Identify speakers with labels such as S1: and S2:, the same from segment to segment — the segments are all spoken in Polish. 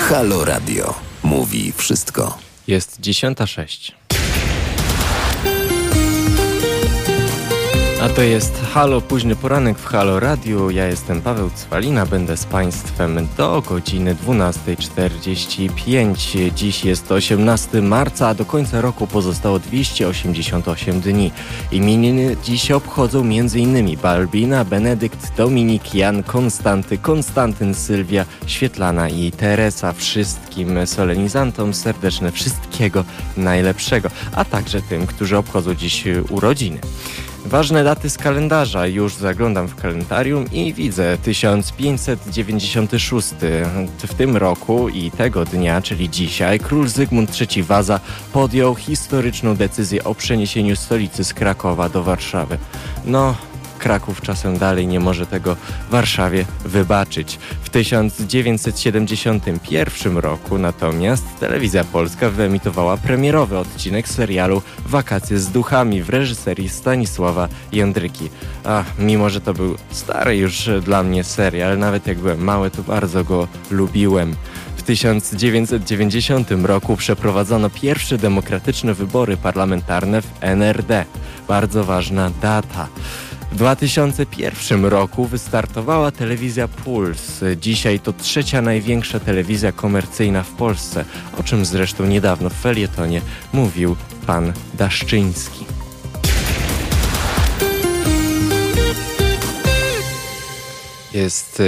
S1: Halo Radio. Mówi wszystko.
S2: Jest 10:06. A to jest Halo, późny poranek w Halo Radio. Ja jestem Paweł Cwalina, będę z Państwem do godziny 12:45. Dziś jest 18 marca, a do końca roku pozostało 288 dni. Imieniny dziś obchodzą m.in. Balbina, Benedykt, Dominik, Jan, Konstanty, Konstantyn, Sylwia, Świetlana i Teresa. Wszystkim solenizantom serdeczne wszystkiego najlepszego, a także tym, którzy obchodzą dziś urodziny. Ważne daty z kalendarza. Już zaglądam w kalendarium i widzę 1596. W tym roku i tego dnia, czyli dzisiaj, król Zygmunt III Waza podjął historyczną decyzję o przeniesieniu stolicy z Krakowa do Warszawy. Kraków czasem dalej nie może tego Warszawie wybaczyć. W 1971 roku natomiast Telewizja Polska wyemitowała premierowy odcinek serialu Wakacje z duchami w reżyserii Stanisława Jędryki. Mimo że to był stary już dla mnie serial, nawet jak byłem mały, to bardzo go lubiłem. W 1990 roku przeprowadzono pierwsze demokratyczne wybory parlamentarne w NRD. Bardzo ważna data. W 2001 roku wystartowała telewizja Puls. Dzisiaj to trzecia największa telewizja komercyjna w Polsce, o czym zresztą niedawno w felietonie mówił pan Daszczyński. Jest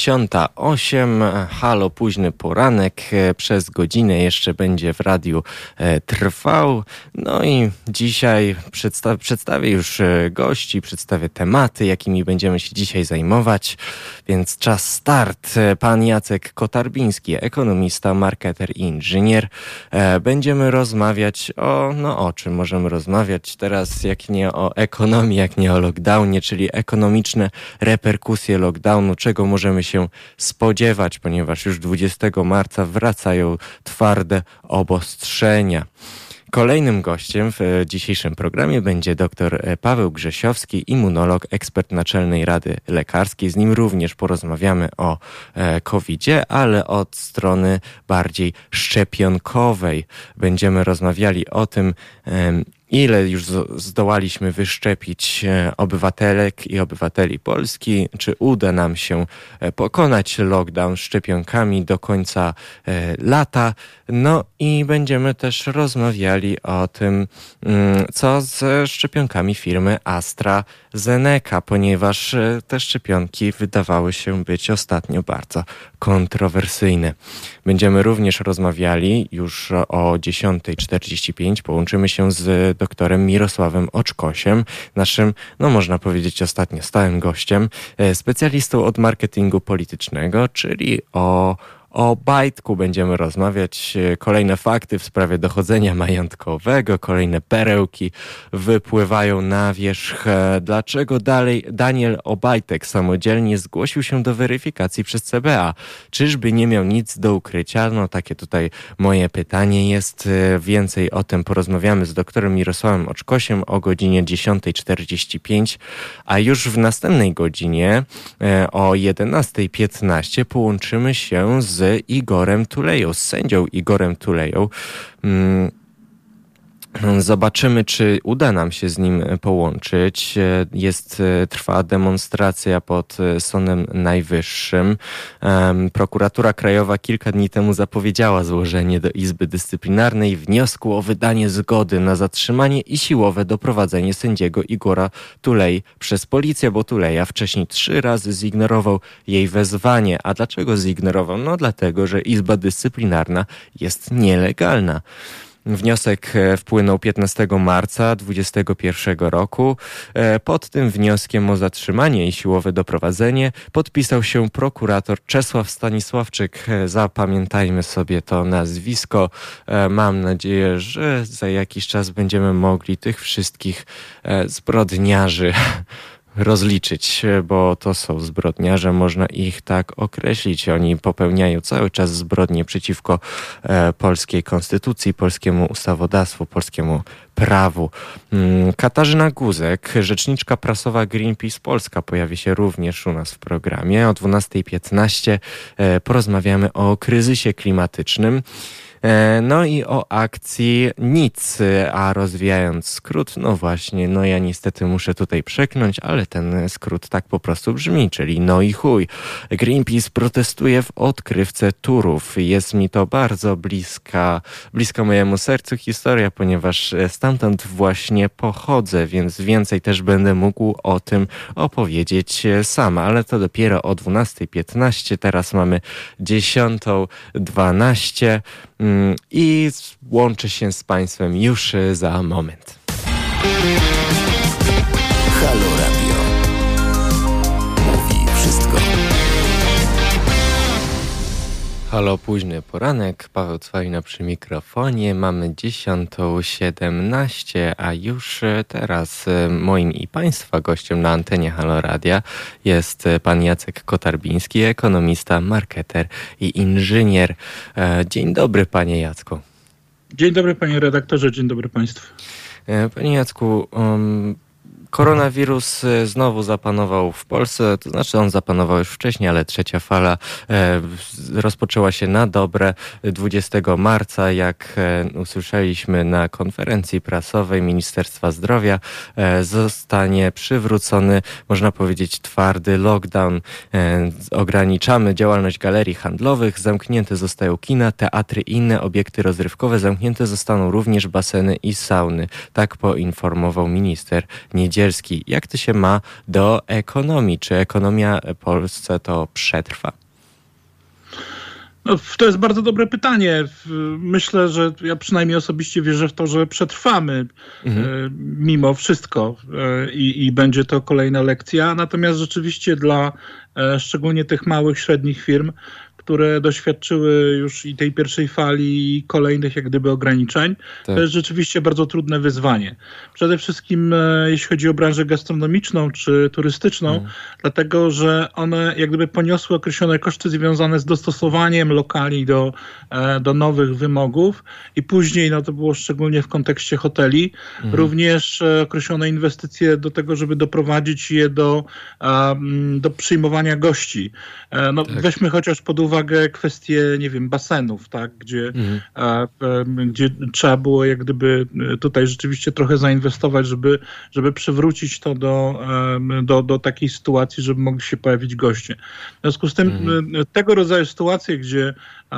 S2: 10:08, Halo, późny poranek, przez godzinę jeszcze będzie w radiu trwał. I dzisiaj przedstawię już gości, przedstawię tematy, jakimi będziemy się dzisiaj zajmować, więc czas start. Pan Jacek Kotarbiński, ekonomista, marketer i inżynier. Będziemy rozmawiać o czym możemy rozmawiać teraz, jak nie o ekonomii, jak nie o lockdownie, czyli ekonomiczne reperkusje lockdownu, czego możemy się spodziewać, ponieważ już 20 marca wracają twarde obostrzenia. Kolejnym gościem w dzisiejszym programie będzie dr Paweł Grzesiowski, immunolog, ekspert Naczelnej Rady Lekarskiej. Z nim również porozmawiamy o COVID-zie, ale od strony bardziej szczepionkowej. Będziemy rozmawiali o tym, ile już zdołaliśmy wyszczepić obywatelek i obywateli Polski, czy uda nam się pokonać lockdown szczepionkami do końca lata. I będziemy też rozmawiali o tym, co ze szczepionkami firmy AstraZeneca, ponieważ te szczepionki wydawały się być ostatnio bardzo kontrowersyjne. Będziemy również rozmawiali już o 10:45. Połączymy się z doktorem Mirosławem Oczkosiem, naszym, można powiedzieć, ostatnio stałym gościem, specjalistą od marketingu politycznego, czyli o Obajtku będziemy rozmawiać. Kolejne fakty w sprawie dochodzenia majątkowego, kolejne perełki wypływają na wierzch. Dlaczego dalej Daniel Obajtek samodzielnie zgłosił się do weryfikacji przez CBA? Czyżby nie miał nic do ukrycia? Takie tutaj moje pytanie jest. Więcej o tym porozmawiamy z doktorem Mirosławem Oczkosiem o godzinie 10:45, a już w następnej godzinie o 11:15 połączymy się z Igorem Tuleją, z sędzią Igorem Tuleją. Zobaczymy, czy uda nam się z nim połączyć. Trwa demonstracja pod Sądem Najwyższym. Prokuratura Krajowa kilka dni temu zapowiedziała złożenie do Izby Dyscyplinarnej wniosku o wydanie zgody na zatrzymanie i siłowe doprowadzenie sędziego Igora Tulei przez policję, bo Tuleja wcześniej 3 razy zignorował jej wezwanie. A dlaczego zignorował? Dlatego, że Izba Dyscyplinarna jest nielegalna. Wniosek wpłynął 15 marca 2021 roku. Pod tym wnioskiem o zatrzymanie i siłowe doprowadzenie podpisał się prokurator Czesław Stanisławczyk. Zapamiętajmy sobie to nazwisko. Mam nadzieję, że za jakiś czas będziemy mogli tych wszystkich zbrodniarzy rozliczyć, bo to są zbrodniarze, można ich tak określić. Oni popełniają cały czas zbrodnie przeciwko polskiej konstytucji, polskiemu ustawodawstwu, polskiemu prawu. Katarzyna Guzek, rzeczniczka prasowa Greenpeace Polska, pojawi się również u nas w programie. O 12:15 porozmawiamy o kryzysie klimatycznym. No i o akcji Nic, a rozwijając skrót, no właśnie, no ja niestety muszę tutaj przeknąć, ale ten skrót tak po prostu brzmi, czyli no i chuj. Greenpeace protestuje w odkrywce Turów. Jest mi to bardzo bliska mojemu sercu historia, ponieważ stamtąd właśnie pochodzę, więc więcej też będę mógł o tym opowiedzieć sam, ale to dopiero o 12:15, teraz mamy 10:12. I łączę się z Państwem już za moment.
S1: Halo Radio. Mówi wszystko.
S2: Halo, późny poranek, Paweł Cwalina przy mikrofonie, mamy 10:17, a już teraz moim i Państwa gościem na antenie Halo Radia jest pan Jacek Kotarbiński, ekonomista, marketer i inżynier. Dzień dobry, panie Jacku.
S3: Dzień dobry, panie redaktorze, dzień dobry państwu.
S2: Panie Jacku, koronawirus znowu zapanował w Polsce, to znaczy on zapanował już wcześniej, ale trzecia fala rozpoczęła się na dobre 20 marca, jak usłyszeliśmy na konferencji prasowej Ministerstwa Zdrowia, zostanie przywrócony, można powiedzieć, twardy lockdown. Ograniczamy działalność galerii handlowych, zamknięte zostają kina, teatry i inne obiekty rozrywkowe, zamknięte zostaną również baseny i sauny. Tak poinformował minister Niedzielski. Jak to się ma do ekonomii? Czy ekonomia w Polsce to przetrwa?
S3: No, to jest bardzo dobre pytanie. Myślę, że ja przynajmniej osobiście wierzę w to, że przetrwamy mimo wszystko i będzie to kolejna lekcja. Natomiast rzeczywiście dla szczególnie tych małych, średnich firm, które doświadczyły już i tej pierwszej fali i kolejnych jak gdyby ograniczeń, tak. To jest rzeczywiście bardzo trudne wyzwanie. Przede wszystkim jeśli chodzi o branżę gastronomiczną czy turystyczną, dlatego że one jak gdyby poniosły określone koszty związane z dostosowaniem lokali do nowych wymogów i później, no to było szczególnie w kontekście hoteli, również określone inwestycje do tego, żeby doprowadzić je do przyjmowania gości. No, tak. Weźmy chociaż pod uwagę kwestie, nie wiem, basenów, tak, gdzie trzeba było jak gdyby tutaj rzeczywiście trochę zainwestować, żeby przywrócić to do takiej sytuacji, żeby mogli się pojawić goście. W związku z tym tego rodzaju sytuacje, gdzie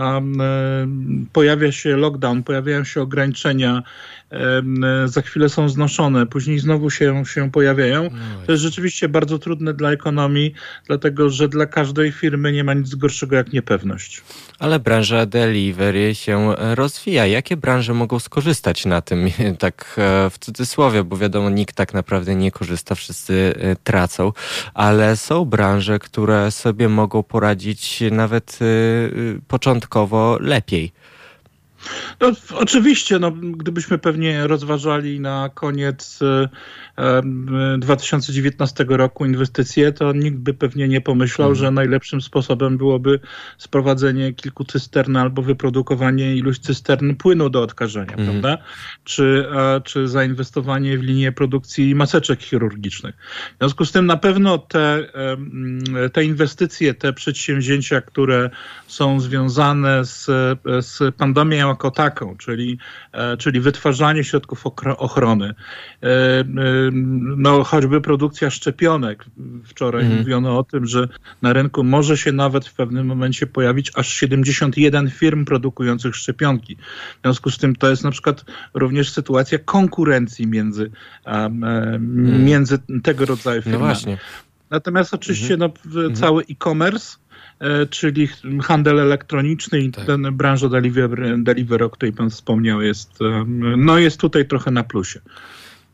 S3: pojawia się lockdown, pojawiają się ograniczenia, za chwilę są znoszone, później znowu się pojawiają. To jest rzeczywiście bardzo trudne dla ekonomii, dlatego że dla każdej firmy nie ma nic gorszego jak niepewność.
S2: Ale branża delivery się rozwija. Jakie branże mogą skorzystać na tym? Tak w cudzysłowie, bo wiadomo, nikt tak naprawdę nie korzysta, wszyscy tracą, ale są branże, które sobie mogą poradzić nawet początkowo lepiej.
S3: No, oczywiście, gdybyśmy pewnie rozważali na koniec 2019 roku inwestycje, to nikt by pewnie nie pomyślał, że najlepszym sposobem byłoby sprowadzenie kilku cystern albo wyprodukowanie iluś cystern płynu do odkażenia, prawda? Czy zainwestowanie w linię produkcji maseczek chirurgicznych. W związku z tym na pewno te inwestycje, te przedsięwzięcia, które są związane z pandemią jako taką, czyli wytwarzanie środków ochrony, choćby produkcja szczepionek. Wczoraj mówiono o tym, że na rynku może się nawet w pewnym momencie pojawić aż 71 firm produkujących szczepionki. W związku z tym to jest na przykład również sytuacja konkurencji między tego rodzaju firmami. No właśnie. Natomiast oczywiście cały e-commerce, czyli handel elektroniczny i ten branża delivery, o której pan wspomniał, jest tutaj trochę na plusie.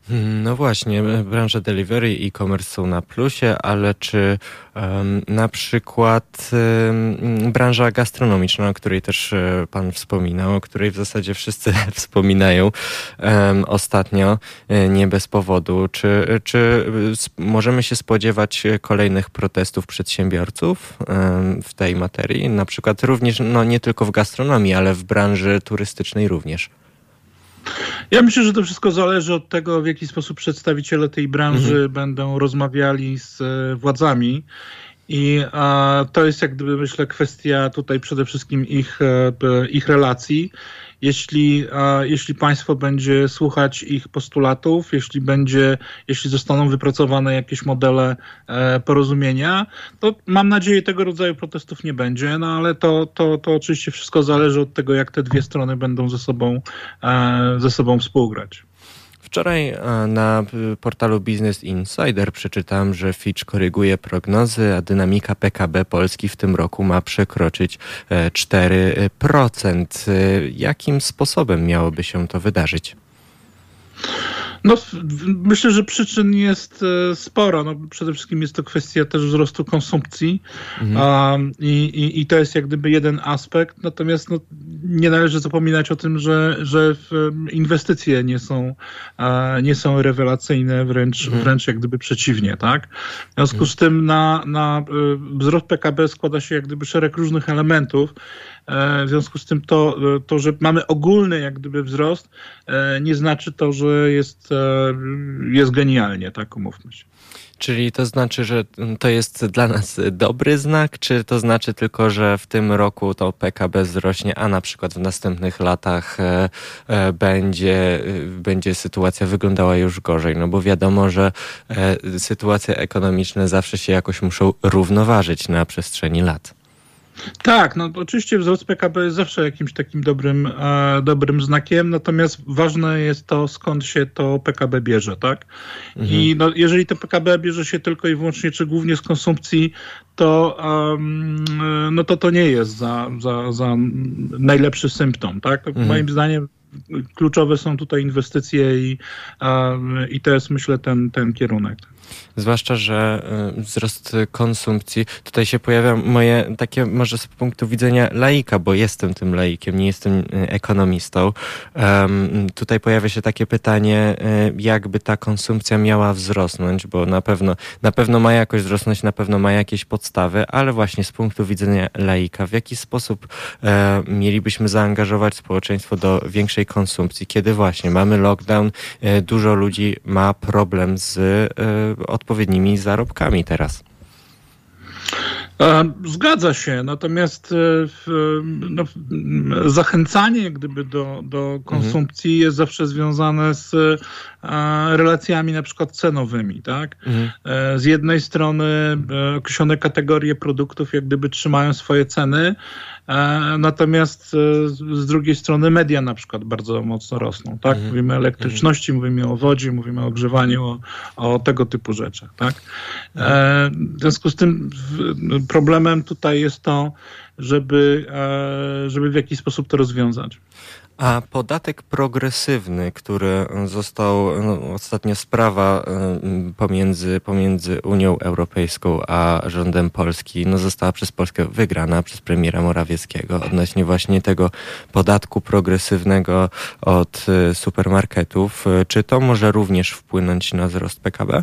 S2: No właśnie, branża delivery, e-commerce są na plusie, ale czy na przykład branża gastronomiczna, o której też pan wspominał, o której w zasadzie wszyscy wspominają ostatnio, nie bez powodu, czy możemy się spodziewać kolejnych protestów przedsiębiorców w tej materii? Na przykład również, no nie tylko w gastronomii, ale w branży turystycznej również.
S3: Ja myślę, że to wszystko zależy od tego, w jaki sposób przedstawiciele tej branży będą rozmawiali z władzami. I to jest jak gdyby, myślę, kwestia tutaj przede wszystkim ich relacji. Jeśli państwo będzie słuchać ich postulatów, jeśli zostaną wypracowane jakieś modele porozumienia, to mam nadzieję, tego rodzaju protestów nie będzie, no ale to oczywiście wszystko zależy od tego, jak te dwie strony będą ze sobą współgrać.
S2: Wczoraj na portalu Business Insider przeczytałem, że Fitch koryguje prognozy, a dynamika PKB Polski w tym roku ma przekroczyć 4%. Jakim sposobem miałoby się to wydarzyć?
S3: No, myślę, że przyczyn jest sporo. No, przede wszystkim jest to kwestia też wzrostu konsumpcji i to jest jak gdyby jeden aspekt. Natomiast no, nie należy zapominać o tym, że inwestycje nie są rewelacyjne, wręcz jak gdyby przeciwnie. Tak? W związku z tym na wzrost PKB składa się jak gdyby szereg różnych elementów. W związku z tym to, że mamy ogólny jak gdyby wzrost, nie znaczy to, że jest genialnie, tak umówmy się.
S2: Czyli to znaczy, że to jest dla nas dobry znak, czy to znaczy tylko, że w tym roku to PKB wzrośnie, a na przykład w następnych latach będzie sytuacja wyglądała już gorzej? No bo wiadomo, że sytuacje ekonomiczne zawsze się jakoś muszą równoważyć na przestrzeni lat.
S3: Tak, no oczywiście wzrost PKB jest zawsze jakimś takim dobrym znakiem, natomiast ważne jest to, skąd się to PKB bierze, tak? I no, jeżeli to PKB bierze się tylko i wyłącznie, czy głównie z konsumpcji, to nie jest za najlepszy symptom, tak? Moim zdaniem kluczowe są tutaj inwestycje i to jest, myślę, ten kierunek.
S2: Zwłaszcza, że wzrost konsumpcji, tutaj się pojawia moje takie może z punktu widzenia laika, bo jestem tym laikiem, nie jestem ekonomistą. Tutaj pojawia się takie pytanie, jakby ta konsumpcja miała wzrosnąć, bo na pewno ma jakoś wzrosnąć, na pewno ma jakieś podstawy, ale właśnie z punktu widzenia laika, w jaki sposób mielibyśmy zaangażować społeczeństwo do większej konsumpcji, kiedy właśnie mamy lockdown, dużo ludzi ma problem z odpowiednimi zarobkami teraz.
S3: Zgadza się, natomiast zachęcanie jak gdyby do konsumpcji jest zawsze związane z relacjami na przykład cenowymi, tak? Z jednej strony określone kategorie produktów jak gdyby trzymają swoje ceny, natomiast z drugiej strony media na przykład bardzo mocno rosną, tak? Mówimy o elektryczności, mówimy o wodzie, mówimy o ogrzewaniu, o tego typu rzeczach, tak? W związku z tym problemem tutaj jest to, żeby w jakiś sposób to rozwiązać.
S2: A podatek progresywny, który został, ostatnio sprawa pomiędzy Unią Europejską a rządem Polski, została przez Polskę wygrana przez premiera Morawieckiego odnośnie właśnie tego podatku progresywnego od supermarketów. Czy to może również wpłynąć na wzrost PKB?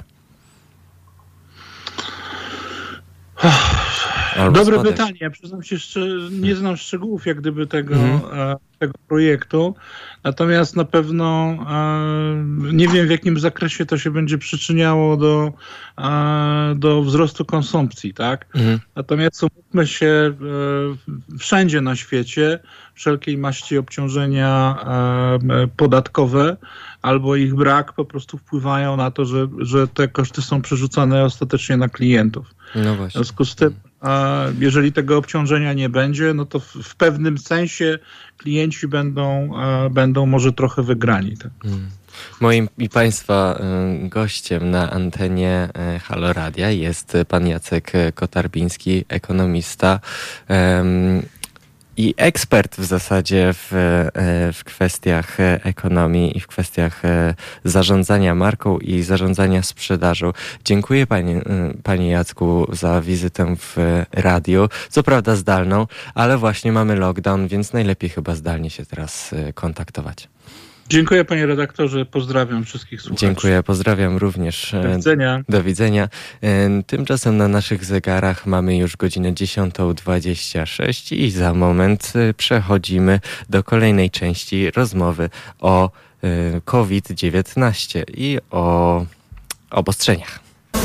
S3: Dobre pytanie. Ja przyznam się, nie znam szczegółów jak gdyby tego projektu, natomiast na pewno nie wiem, w jakim zakresie to się będzie przyczyniało do wzrostu konsumpcji, tak? Natomiast umówmy się, wszędzie na świecie wszelkiej maści obciążenia podatkowe albo ich brak po prostu wpływają na to, że te koszty są przerzucane ostatecznie na klientów.
S2: No właśnie.
S3: W związku z tym, jeżeli tego obciążenia nie będzie, no to w pewnym sensie klienci będą może trochę wygrani. Tak?
S2: Moim i Państwa gościem na antenie Halo Radia jest pan Jacek Kotarbiński, ekonomista. i ekspert w zasadzie w kwestiach ekonomii i w kwestiach zarządzania marką i zarządzania sprzedażą. Dziękuję panie Jacku za wizytę w radiu. Co prawda zdalną, ale właśnie mamy lockdown, więc najlepiej chyba zdalnie się teraz kontaktować.
S3: Dziękuję panie redaktorze, pozdrawiam wszystkich słuchaczy.
S2: Dziękuję, pozdrawiam również.
S3: Do widzenia.
S2: Do widzenia. Tymczasem na naszych zegarach mamy już godzinę 10:26 i za moment przechodzimy do kolejnej części rozmowy o COVID-19 i o obostrzeniach.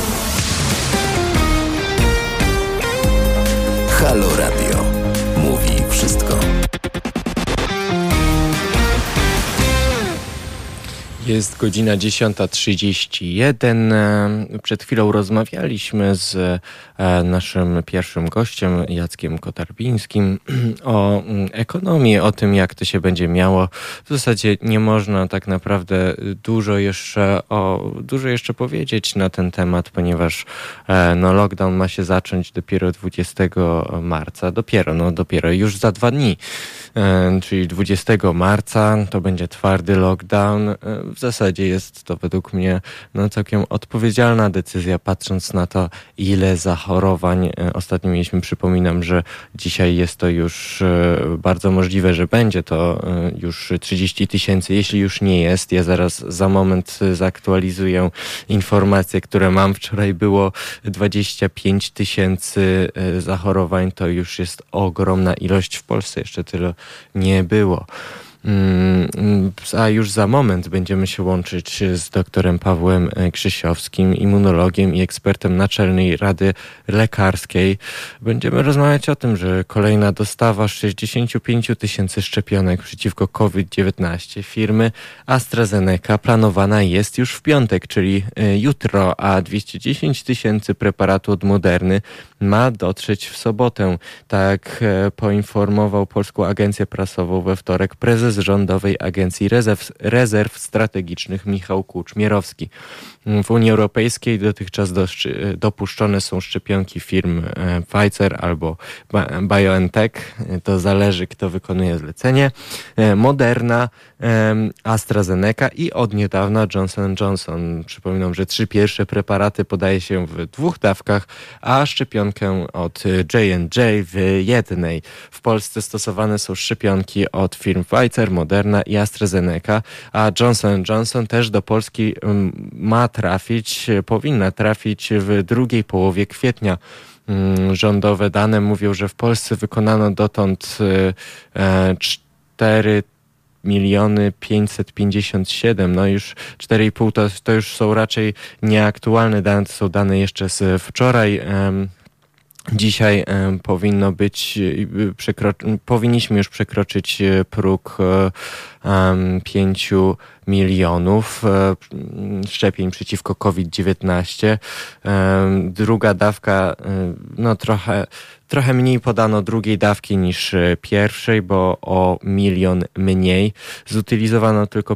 S1: Halo Radio. Mówi wszystko.
S2: Jest godzina 10:31. Przed chwilą rozmawialiśmy z naszym pierwszym gościem, Jackiem Kotarbińskim, o ekonomii, o tym, jak to się będzie miało. W zasadzie nie można tak naprawdę dużo jeszcze powiedzieć na ten temat, ponieważ lockdown ma się zacząć dopiero 20 marca. Dopiero już za 2 dni. Czyli 20 marca to będzie twardy lockdown. W zasadzie jest to według mnie całkiem odpowiedzialna decyzja, patrząc na to, ile zachorowań ostatnio mieliśmy. Przypominam, że dzisiaj jest to już bardzo możliwe, że będzie to już 30 000, jeśli już nie jest. Ja zaraz za moment zaktualizuję informacje, które mam. Wczoraj było 25 000 zachorowań. To już jest ogromna ilość. W Polsce jeszcze tyle nie było. A już za moment będziemy się łączyć z doktorem Pawłem Grzysiowskim, immunologiem i ekspertem Naczelnej Rady Lekarskiej. Będziemy rozmawiać o tym, że kolejna dostawa 65 000 szczepionek przeciwko COVID-19 firmy AstraZeneca planowana jest już w piątek, czyli jutro, a 210 000 preparatu od Moderny ma dotrzeć w sobotę. Tak poinformował Polską Agencję Prasową we wtorek prezes Rządowej Agencji Rezerw Strategicznych Michał Kuczmierowski. W Unii Europejskiej dotychczas dopuszczone są szczepionki firm Pfizer albo BioNTech. To zależy, kto wykonuje zlecenie. Moderna, AstraZeneca i od niedawna Johnson & Johnson. Przypominam, że 3 pierwsze preparaty podaje się w 2 dawkach, a szczepionkę od J&J w 1. W Polsce stosowane są szczepionki od firm Pfizer, Moderna i AstraZeneca, a Johnson & Johnson też do Polski powinna trafić w drugiej połowie kwietnia. Rządowe dane mówią, że w Polsce wykonano dotąd 4 557 000, już 4,5 to już są raczej nieaktualne dane, to są dane jeszcze z wczoraj. Dzisiaj powinniśmy już przekroczyć próg 5 milionów szczepień przeciwko COVID-19. Druga dawka, trochę mniej podano drugiej dawki niż pierwszej, bo o 1 milion mniej. Zutylizowano tylko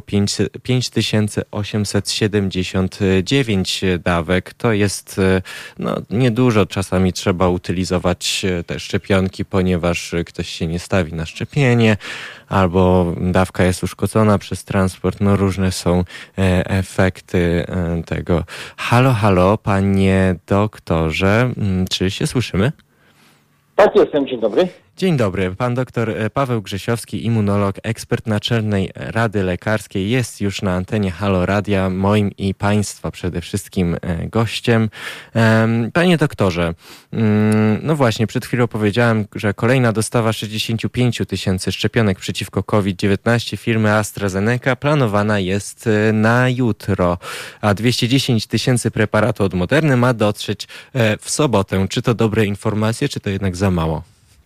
S2: 5879 dawek. To jest niedużo. Czasami trzeba utylizować te szczepionki, ponieważ ktoś się nie stawi na szczepienie, albo dawka jest uszkodzona przez transport. Różne są efekty tego. Halo, panie doktorze, czy się słyszymy?
S4: Tak, jestem. Dzień dobry.
S2: Dzień dobry. Pan doktor Paweł Grzysiowski, immunolog, ekspert Naczelnej Rady Lekarskiej, jest już na antenie Halo Radia, moim i państwa przede wszystkim gościem. Panie doktorze, właśnie przed chwilą powiedziałem, że kolejna dostawa 65 000 szczepionek przeciwko COVID-19 firmy AstraZeneca planowana jest na jutro, a 210 000 preparatu od Moderny ma dotrzeć w sobotę. Czy to dobre informacje, czy to jednak za mało?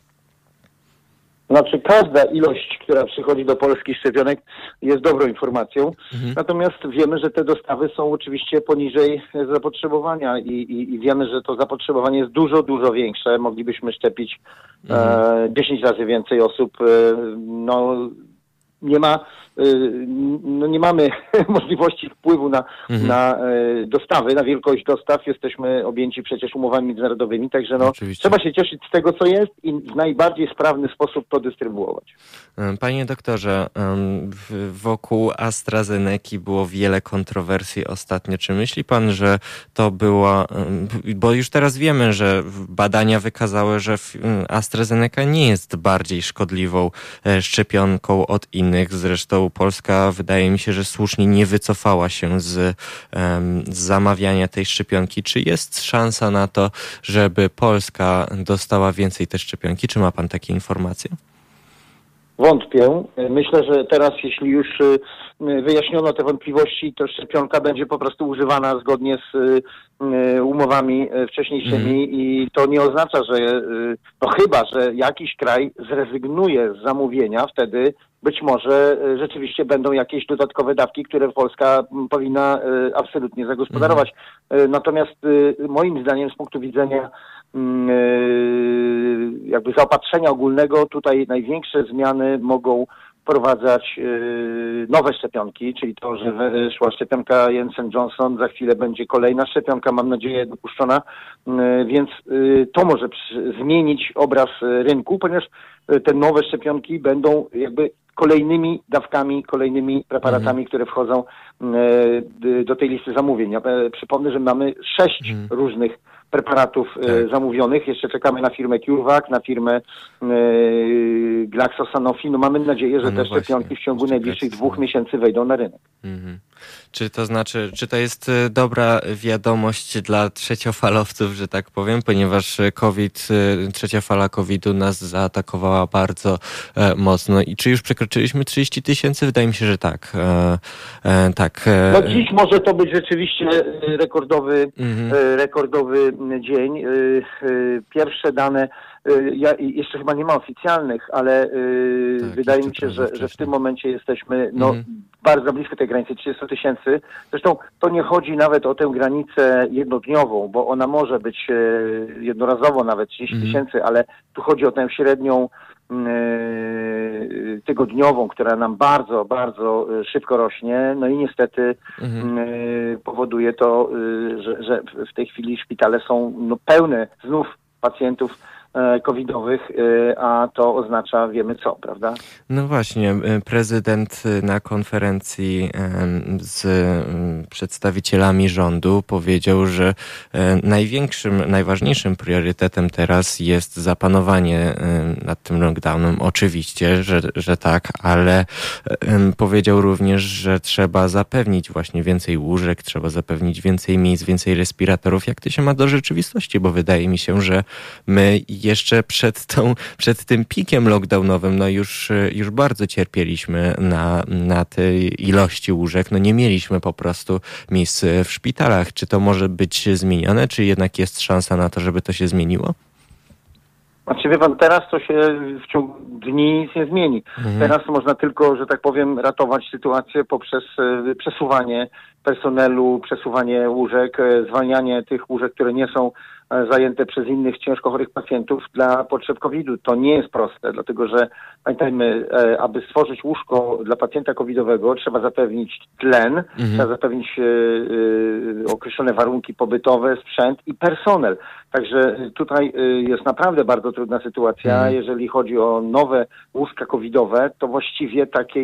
S4: Znaczy każda ilość, która przychodzi do Polski szczepionek jest dobrą informacją, natomiast wiemy, że te dostawy są oczywiście poniżej zapotrzebowania i wiemy, że to zapotrzebowanie jest dużo, dużo większe. Moglibyśmy szczepić 10 razy więcej osób. nie mamy możliwości wpływu na dostawy, na wielkość dostaw. Jesteśmy objęci przecież umowami międzynarodowymi, także trzeba się cieszyć z tego, co jest i w najbardziej sprawny sposób to dystrybuować.
S2: Panie doktorze, wokół AstraZeneki było wiele kontrowersji ostatnio. Czy myśli pan, że to było, bo już teraz wiemy, że badania wykazały, że AstraZeneca nie jest bardziej szkodliwą szczepionką od innych. Zresztą Polska, wydaje mi się, że słusznie nie wycofała się z zamawiania tej szczepionki. Czy jest szansa na to, żeby Polska dostała więcej tej szczepionki? Czy ma pan takie informacje?
S4: Wątpię. Myślę, że teraz, jeśli już wyjaśniono te wątpliwości, to szczepionka będzie po prostu używana zgodnie z umowami wcześniejszymi i to nie oznacza, że chyba, że jakiś kraj zrezygnuje z zamówienia, wtedy być może rzeczywiście będą jakieś dodatkowe dawki, które Polska powinna absolutnie zagospodarować. Natomiast moim zdaniem z punktu widzenia jakby zaopatrzenia ogólnego, tutaj największe zmiany mogą wprowadzać nowe szczepionki, czyli to, że wyszła szczepionka Janssen-Johnson, za chwilę będzie kolejna szczepionka, mam nadzieję, dopuszczona, więc to może zmienić obraz rynku, ponieważ te nowe szczepionki będą jakby kolejnymi dawkami, kolejnymi preparatami, które wchodzą do tej listy zamówień. Ja przypomnę, że mamy 6 różnych preparatów zamówionych. Jeszcze czekamy na firmę CureVac, na firmę Glaxo-Sanofi. Mamy nadzieję, że te szczepionki w ciągu najbliższych 2 miesięcy wejdą na rynek.
S2: Czy to znaczy, czy to jest dobra wiadomość dla trzeciofalowców, że tak powiem, ponieważ trzecia fala COVID-u nas zaatakowała bardzo mocno i czy już przekroczyliśmy 30 000? Wydaje mi się, że tak.
S4: Dziś może to być rzeczywiście rekordowy dzień. Pierwsze dane, jeszcze chyba nie ma oficjalnych, ale wydaje mi się, że w tym momencie jesteśmy bardzo blisko tej granicy 30 000. Zresztą to nie chodzi nawet o tę granicę jednodniową, bo ona może być jednorazowo nawet 30 000, ale tu chodzi o tę średnią tygodniową, która nam bardzo, bardzo szybko rośnie. No i niestety powoduje to, że w tej chwili szpitale są pełne znów pacjentów covidowych, a to oznacza wiemy co, prawda?
S2: No właśnie, prezydent na konferencji z przedstawicielami rządu powiedział, że najważniejszym priorytetem teraz jest zapanowanie nad tym lockdownem. Oczywiście, że tak, ale powiedział również, że trzeba zapewnić właśnie więcej łóżek, trzeba zapewnić więcej miejsc, więcej respiratorów. Jak to się ma do rzeczywistości? Bo wydaje mi się, że my jeszcze przed tym pikiem lockdownowym, już bardzo cierpieliśmy na tej ilości łóżek. Nie mieliśmy po prostu miejsc w szpitalach. Czy to może być zmienione, czy jednak jest szansa na to, żeby to się zmieniło?
S4: Znaczy, wie pan, teraz to się w ciągu dni nic nie zmieni. Teraz można tylko, że tak powiem, ratować sytuację poprzez przesuwanie personelu, przesuwanie łóżek, zwalnianie tych łóżek, które nie są zajęte przez innych ciężko chorych pacjentów dla potrzeb COVID-u. To nie jest proste, dlatego że pamiętajmy, aby stworzyć łóżko dla pacjenta covidowego, trzeba zapewnić tlen, trzeba zapewnić określone warunki pobytowe, sprzęt i personel. Także tutaj jest naprawdę bardzo trudna sytuacja. Jeżeli chodzi o nowe łóżka covidowe, to właściwie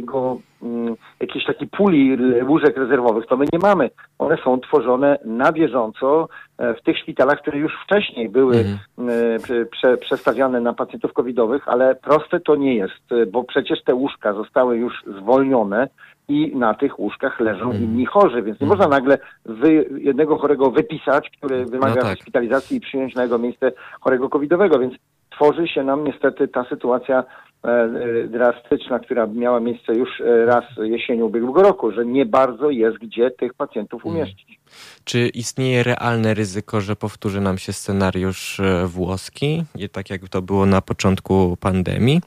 S4: jakiejś takiej puli łóżek rezerwowych to my nie mamy. One są tworzone na bieżąco w tych szpitalach, które już wcześniej były przestawiane na pacjentów covidowych, ale proste to nie jest, bo przecież te łóżka zostały już zwolnione i na tych łóżkach leżą inni chorzy, więc nie można nagle jednego chorego wypisać, który wymaga hospitalizacji i przyjąć na jego miejsce chorego covidowego, więc tworzy się nam niestety ta sytuacja drastyczna, która miała miejsce już raz jesienią ubiegłego roku, że nie bardzo jest gdzie tych pacjentów umieścić.
S2: Czy istnieje realne ryzyko, że powtórzy nam się scenariusz włoski, tak jak to było na początku pandemii?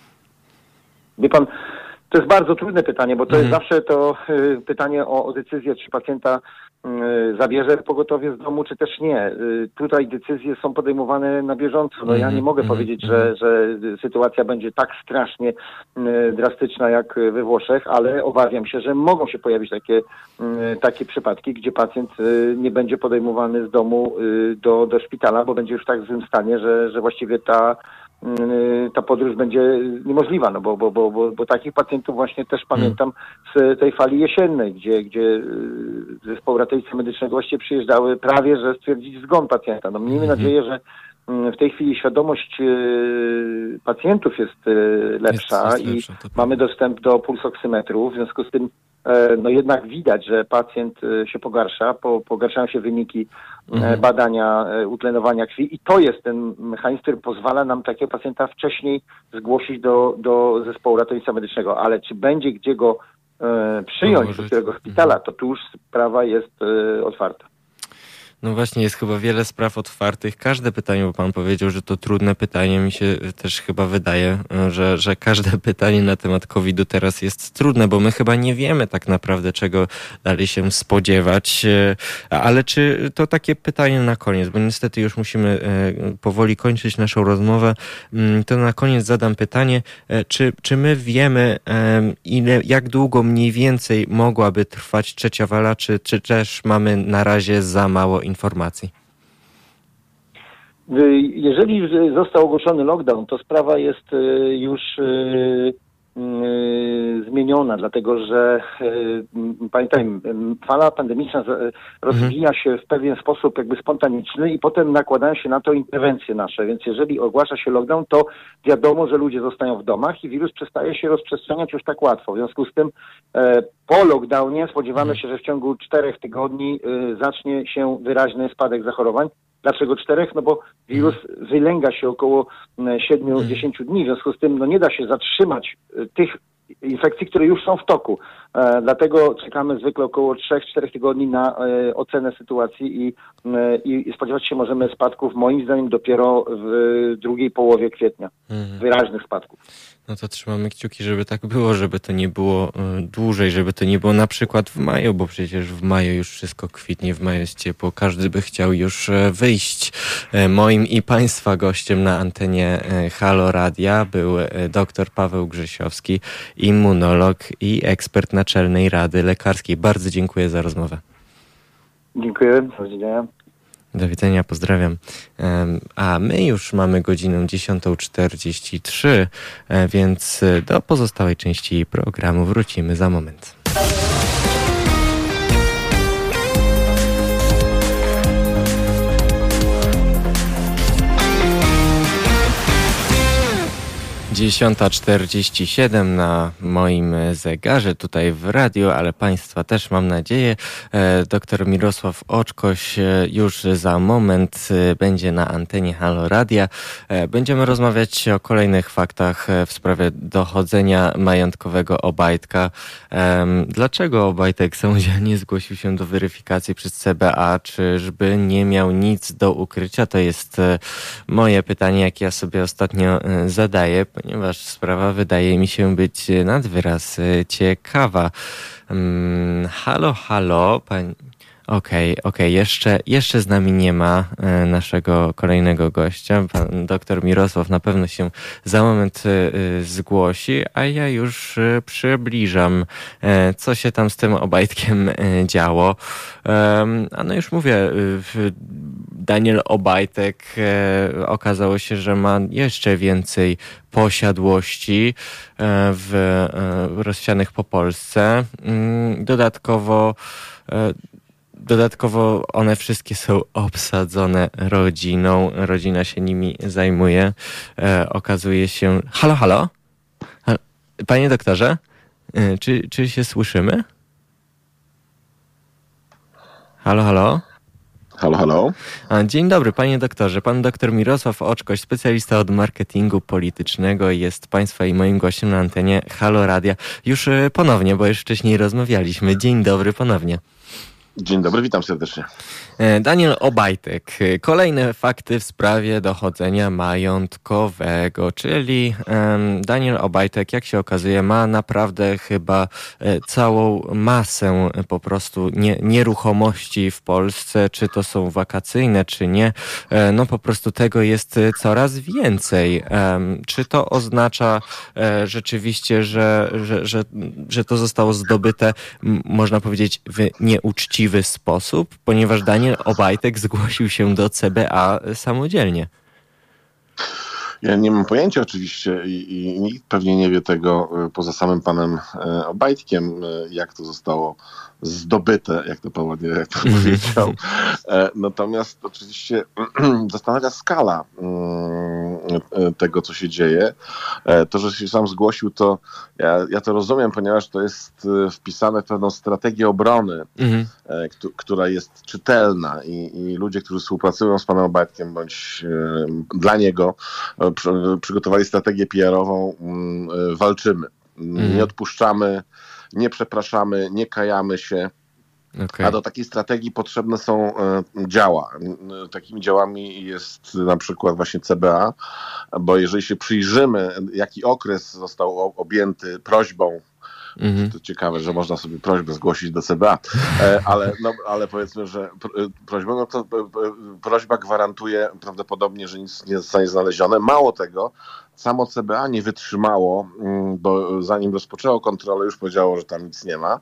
S4: Wie pan, to jest bardzo trudne pytanie, bo to jest zawsze to pytanie o decyzję, czy pacjenta zabierze pogotowie z domu, czy też nie. Tutaj decyzje są podejmowane na bieżąco. No ja nie mogę powiedzieć, że sytuacja będzie tak strasznie drastyczna jak we Włoszech, ale obawiam się, że mogą się pojawić takie przypadki, gdzie pacjent nie będzie podejmowany z domu do szpitala, bo będzie już w tak złym stanie, że właściwie ta podróż będzie niemożliwa, no bo takich pacjentów właśnie też pamiętam z tej fali jesiennej, gdzie zespoły ratownictwa medycznego właściwie przyjeżdżały prawie, że stwierdzić zgon pacjenta. No miejmy nadzieję, że w tej chwili świadomość pacjentów jest lepsza i mamy dostęp do pulsoksymetrów, w związku z tym no jednak widać, że pacjent się pogarsza, pogarszają się wyniki badania utlenowania krwi i to jest ten mechanizm, który pozwala nam takiego pacjenta wcześniej zgłosić do zespołu ratownictwa medycznego, ale czy będzie gdzie go przyjąć do którego szpitala, to tu już sprawa jest otwarta.
S2: No właśnie, jest chyba wiele spraw otwartych. Każde pytanie, bo pan powiedział, że to trudne pytanie, mi się też chyba wydaje, że każde pytanie na temat COVID-u teraz jest trudne, bo my chyba nie wiemy tak naprawdę, czego dalej się spodziewać. Ale czy to takie pytanie na koniec, bo niestety już musimy powoli kończyć naszą rozmowę, to na koniec zadam pytanie, czy my wiemy, jak długo mniej więcej mogłaby trwać trzecia fala, czy też mamy na razie za mało informacji?
S4: Jeżeli został ogłoszony lockdown, to sprawa jest już zmieniona, dlatego że pamiętajmy, fala pandemiczna rozwija się w pewien sposób jakby spontaniczny i potem nakładają się na to interwencje nasze, więc jeżeli ogłasza się lockdown, to wiadomo, że ludzie zostają w domach i wirus przestaje się rozprzestrzeniać już tak łatwo. W związku z tym po lockdownie spodziewamy się, że w ciągu 4 tygodni zacznie się wyraźny spadek zachorowań. Dlaczego 4? No bo wirus wylęga się około 7-10 dni, w związku z tym no nie da się zatrzymać tych infekcji, które już są w toku. Dlatego czekamy zwykle około 3-4 tygodni na ocenę sytuacji i spodziewać się możemy spadków, moim zdaniem, dopiero w drugiej połowie kwietnia. Wyraźnych spadków.
S2: No to trzymamy kciuki, żeby tak było, żeby to nie było dłużej, żeby to nie było na przykład w maju, bo przecież w maju już wszystko kwitnie, w maju jest ciepło, każdy by chciał już wyjść. Moim i Państwa gościem na antenie Halo Radia był dr Paweł Grzesiowski, immunolog i ekspert Naczelnej Rady Lekarskiej. Bardzo dziękuję za rozmowę.
S4: Dziękuję. Do widzenia.
S2: Do widzenia, pozdrawiam. A my już mamy godzinę 10:43, więc do pozostałej części programu wrócimy za moment. Dziesiąta 47 na moim zegarze tutaj w radiu, ale Państwa też mam nadzieję. Dr Mirosław Oczkoś już za moment będzie na antenie Halo Radia. Będziemy rozmawiać o kolejnych faktach w sprawie dochodzenia majątkowego Obajtka. Dlaczego Obajtek sądzia nie zgłosił się do weryfikacji przez CBA? Czyżby nie miał nic do ukrycia? To jest moje pytanie, jakie ja sobie ostatnio zadaję, ponieważ sprawa wydaje mi się być nad wyraz ciekawa. Halo, pani... Okej, jeszcze z nami nie ma naszego kolejnego gościa. Pan doktor Mirosław na pewno się za moment zgłosi, a ja już przybliżam, co się tam z tym Obajtkiem działo. A no już mówię, Daniel Obajtek okazało się, że ma jeszcze więcej posiadłości rozsianych po Polsce. Dodatkowo one wszystkie są obsadzone rodziną. Rodzina się nimi zajmuje. Okazuje się... Halo? Panie doktorze? Czy się słyszymy? Halo?
S5: Halo.
S2: Dzień dobry, panie doktorze. Pan doktor Mirosław Oczkoś, specjalista od marketingu politycznego, jest państwa i moim gościem na antenie Halo Radia. Już ponownie, bo już wcześniej rozmawialiśmy. Dzień dobry ponownie.
S5: Dzień dobry, witam serdecznie.
S2: Daniel Obajtek. Kolejne fakty w sprawie dochodzenia majątkowego, czyli Daniel Obajtek, jak się okazuje, ma naprawdę chyba całą masę po prostu nieruchomości w Polsce, czy to są wakacyjne, czy nie. No po prostu tego jest coraz więcej. Czy to oznacza rzeczywiście, że to zostało zdobyte, można powiedzieć, w nieuczciwy sposób, ponieważ Daniel Obajtek zgłosił się do CBA samodzielnie?
S5: Ja nie mam pojęcia oczywiście i nikt pewnie nie wie tego poza samym panem Obajtkiem, jak to zostało zdobyte, jak to pan ładnie powiedział. Natomiast oczywiście zastanawia skala tego, co się dzieje. To, że się sam zgłosił, to ja to rozumiem, ponieważ to jest wpisane w pewną strategię obrony, która jest czytelna i ludzie, którzy współpracują z panem Obajtkiem bądź dla niego, przygotowali strategię PR-ową, walczymy. Nie odpuszczamy, nie przepraszamy, nie kajamy się. Okay. A do takiej strategii potrzebne są działa. Takimi działami jest na przykład właśnie CBA, bo jeżeli się przyjrzymy, jaki okres został objęty prośbą, to ciekawe, że można sobie prośbę zgłosić do CBA, ale powiedzmy, że prośba, no to prośba gwarantuje prawdopodobnie, że nic nie zostanie znalezione. Mało tego, samo CBA nie wytrzymało, bo zanim rozpoczęło kontrolę, już powiedziało, że tam nic nie ma.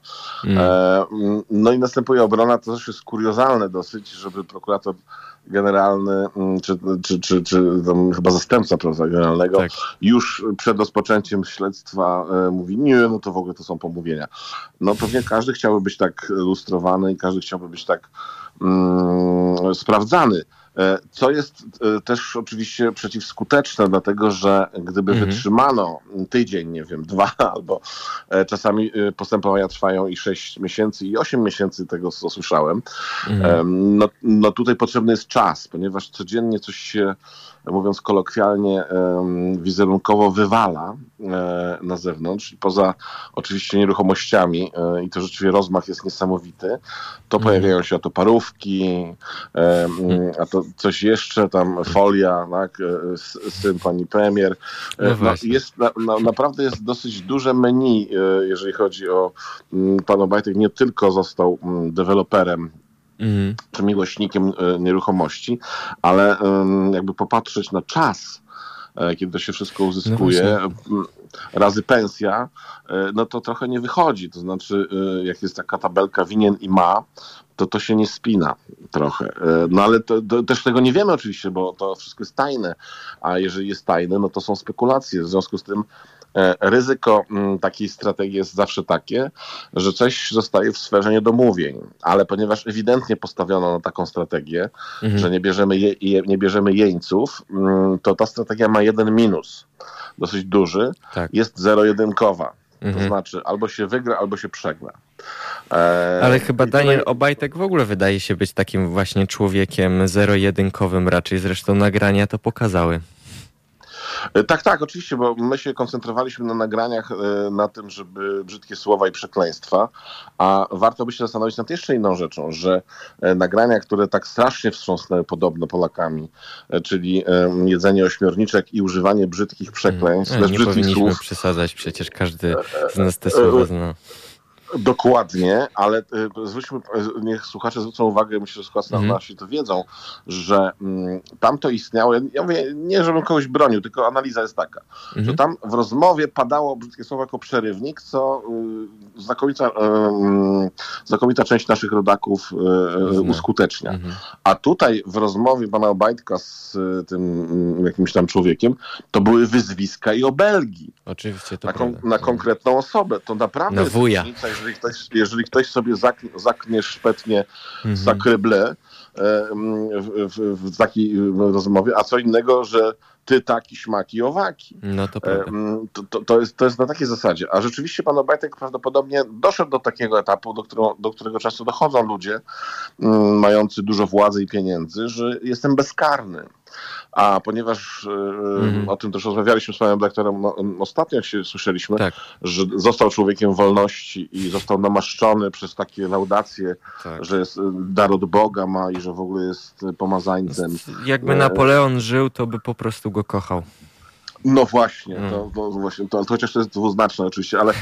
S5: No i następuje obrona, to też jest kuriozalne dosyć, żeby prokurator generalny, czy tam chyba zastępca generalnego, tak, już przed rozpoczęciem śledztwa mówi, nie, no to w ogóle to są pomówienia. No pewnie każdy chciałby być tak lustrowany i każdy chciałby być tak sprawdzany. Co jest też oczywiście przeciwskuteczne, dlatego że gdyby wytrzymano tydzień, nie wiem, 2 albo czasami postępowania trwają i 6 miesięcy i 8 miesięcy, tego co słyszałem, no tutaj potrzebny jest czas, ponieważ codziennie coś się, mówiąc kolokwialnie, wizerunkowo wywala na zewnątrz. Poza oczywiście nieruchomościami i to rzeczywiście rozmach jest niesamowity, to pojawiają się oto parówki, a to coś jeszcze, tam folia, tak, syn pani premier. No jest, naprawdę jest dosyć duże menu, jeżeli chodzi o pan Obajtek. Nie tylko został deweloperem czy miłośnikiem nieruchomości, ale jakby popatrzeć na czas, kiedy to się wszystko uzyskuje, razy pensja, no to trochę nie wychodzi. To znaczy, jak jest taka tabelka winien i ma, to się nie spina trochę. No ale to też tego nie wiemy oczywiście, bo to wszystko jest tajne, a jeżeli jest tajne, no to są spekulacje. W związku z tym ryzyko takiej strategii jest zawsze takie, że coś zostaje w sferze niedomówień, ale ponieważ ewidentnie postawiono na taką strategię, że nie bierzemy jeńców, to ta strategia ma jeden minus, dosyć duży, tak. Jest zero-jedynkowa. To znaczy albo się wygra, albo się przegra.
S2: Ale chyba Daniel Obajtek w ogóle wydaje się być takim właśnie człowiekiem zero-jedynkowym raczej, zresztą nagrania to pokazały.
S5: Tak, oczywiście, bo my się koncentrowaliśmy na nagraniach na tym, żeby brzydkie słowa i przekleństwa, a warto by się zastanowić nad jeszcze inną rzeczą, że nagrania, które tak strasznie wstrząsnęły podobno Polakami, czyli jedzenie ośmiorniczek i używanie brzydkich przekleństw.
S2: Nie powinniśmy przesadzać, przecież każdy z nas te słowa zna.
S5: Dokładnie, ale niech słuchacze zwrócą uwagę, myślę, że słuchacze nasi to wiedzą, że tam to istniało, ja mówię, nie żebym kogoś bronił, tylko analiza jest taka, że tam w rozmowie padało brzydkie słowo jako przerywnik, co znakomita część naszych rodaków uskutecznia. A tutaj w rozmowie pana Obajtka z tym jakimś tam człowiekiem, to były wyzwiska i obelgi.
S2: Oczywiście, to
S5: na konkretną osobę. To naprawdę jest różnica, jeżeli ktoś sobie zaknie szpetnie sacre bleu w takiej rozmowie, a co innego, że ty taki, śmaki, owaki.
S2: No to prawda.
S5: To jest na takiej zasadzie. A rzeczywiście pan Obajtek prawdopodobnie doszedł do takiego etapu, do którego często dochodzą ludzie mający dużo władzy i pieniędzy, że jestem bezkarny. A ponieważ o tym też rozmawialiśmy z panem doktorem ostatnio, jak się słyszeliśmy, tak, że został człowiekiem wolności i został namaszczony przez takie laudacje, tak, że jest dar od Boga ma i że w ogóle jest pomazańcem.
S2: Jakby Napoleon żył, to by po prostu go kochał.
S5: No właśnie, to chociaż to jest dwuznaczne oczywiście, ale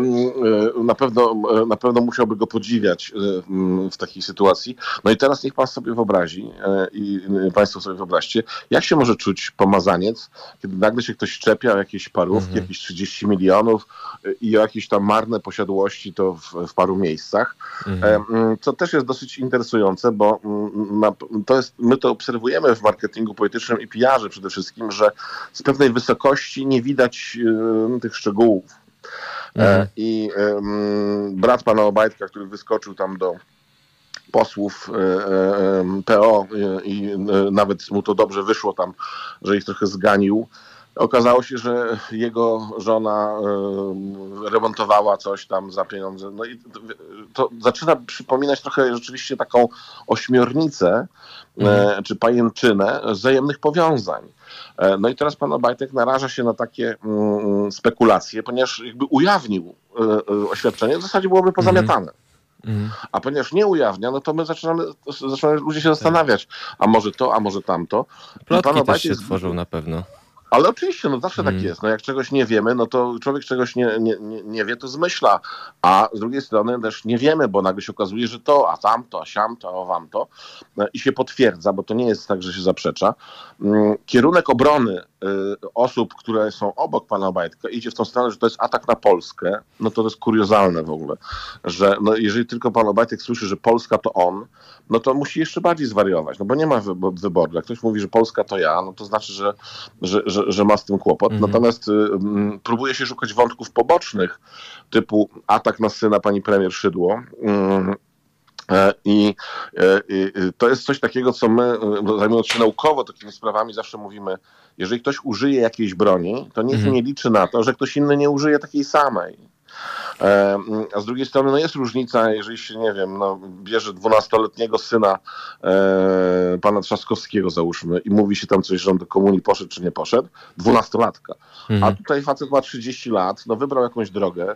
S5: na pewno musiałby go podziwiać w takiej sytuacji. No i teraz niech pan sobie wyobrazi i państwo sobie wyobraźcie, jak się może czuć pomazaniec, kiedy nagle się ktoś szczepia o jakieś parówki, jakieś 30 milionów i o jakieś tam marne posiadłości to w paru miejscach. Co też jest dosyć interesujące, bo my to obserwujemy w marketingu politycznym i PR-ze przede wszystkim, że z pewnej wysokości nie widać tych szczegółów. I brat pana Obajtka, który wyskoczył tam do posłów PO i nawet mu to dobrze wyszło tam, że ich trochę zganił, okazało się, że jego żona remontowała coś tam za pieniądze. No i to zaczyna przypominać trochę rzeczywiście taką ośmiornicę czy pajęczynę wzajemnych powiązań. No i teraz pan Obajtek naraża się na takie spekulacje, ponieważ jakby ujawnił oświadczenie, w zasadzie byłoby pozamiatane. A ponieważ nie ujawnia, no to my zaczynamy ludzie się zastanawiać, a może to, a może tamto.
S2: Plotki też się tworzą na pewno.
S5: Ale oczywiście, no zawsze tak jest. No jak czegoś nie wiemy, no to człowiek czegoś nie wie, to zmyśla. A z drugiej strony też nie wiemy, bo nagle się okazuje, że to, a tamto, a siamto, a owamto. I się potwierdza, bo to nie jest tak, że się zaprzecza. Kierunek obrony osób, które są obok pana Obajtka, idzie w tą stronę, że to jest atak na Polskę. No to jest kuriozalne w ogóle. Że no, jeżeli tylko pan Obajtek słyszy, że Polska to on, no to musi jeszcze bardziej zwariować. No bo nie ma wyboru. Jak ktoś mówi, że Polska to ja, no to znaczy, że ma z tym kłopot. Natomiast próbuje się szukać wątków pobocznych, typu atak na syna pani premier Szydło. I to jest coś takiego, co my, zajmując się naukowo takimi sprawami, zawsze mówimy, jeżeli ktoś użyje jakiejś broni, to niech nie liczy na to, że ktoś inny nie użyje takiej samej. A z drugiej strony no jest różnica, jeżeli się, nie wiem, no, bierze 12-letniego syna pana Trzaskowskiego, załóżmy, i mówi się tam coś, że on do komunii poszedł czy nie poszedł, 12-latka. A tutaj facet ma 30 lat, no wybrał jakąś drogę.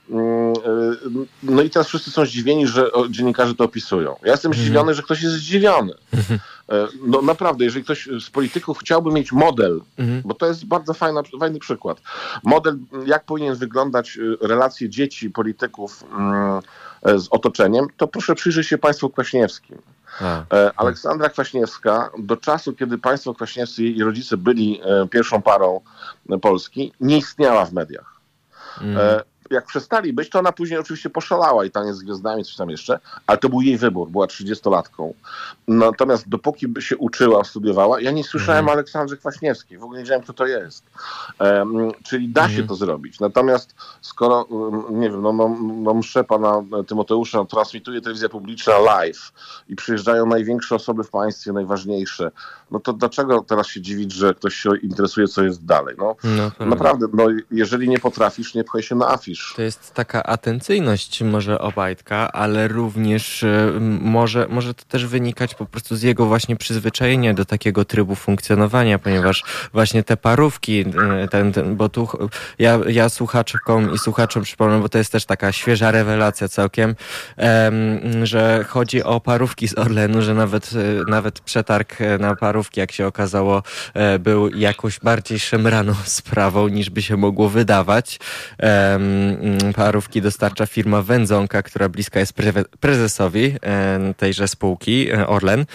S5: No i teraz wszyscy są zdziwieni, że dziennikarze to opisują. Ja jestem zdziwiony, że ktoś jest zdziwiony. No naprawdę, jeżeli ktoś z polityków chciałby mieć model, bo to jest bardzo fajny przykład, model, jak powinien wyglądać relacje dzieci polityków z otoczeniem, to proszę przyjrzeć się państwu Kwaśniewskim. Aleksandra Kwaśniewska do czasu, kiedy państwo Kwaśniewscy i rodzice byli pierwszą parą Polski, nie istniała w mediach. Jak przestali być, to ona później oczywiście poszalała i taniec z gwiazdami, coś tam jeszcze, ale to był jej wybór, była 30-latką. Natomiast dopóki by się uczyła, studiowała, ja nie słyszałem o Aleksandrze Kwaśniewskiej, w ogóle nie wiedziałem, kto to jest. Czyli da się to zrobić. Natomiast skoro, nie wiem, no mszę pana Tymoteusza transmituje telewizja publiczna live i przyjeżdżają największe osoby w państwie, najważniejsze, no to dlaczego teraz się dziwić, że ktoś się interesuje, co jest dalej? No naprawdę, no jeżeli nie potrafisz, nie pchaj się na afisz.
S2: To jest taka atencyjność może Obajtka, ale również może to też wynikać po prostu z jego właśnie przyzwyczajenia do takiego trybu funkcjonowania, ponieważ właśnie te parówki, bo tu ja słuchaczkom i słuchaczom przypomnę, bo to jest też taka świeża rewelacja całkiem, że chodzi o parówki z Orlenu, że nawet przetarg na parówki, jak się okazało, był jakoś bardziej szemraną sprawą, niż by się mogło wydawać. Parówki dostarcza firma Wędzonka, która bliska jest prezesowi tejże spółki Orlen.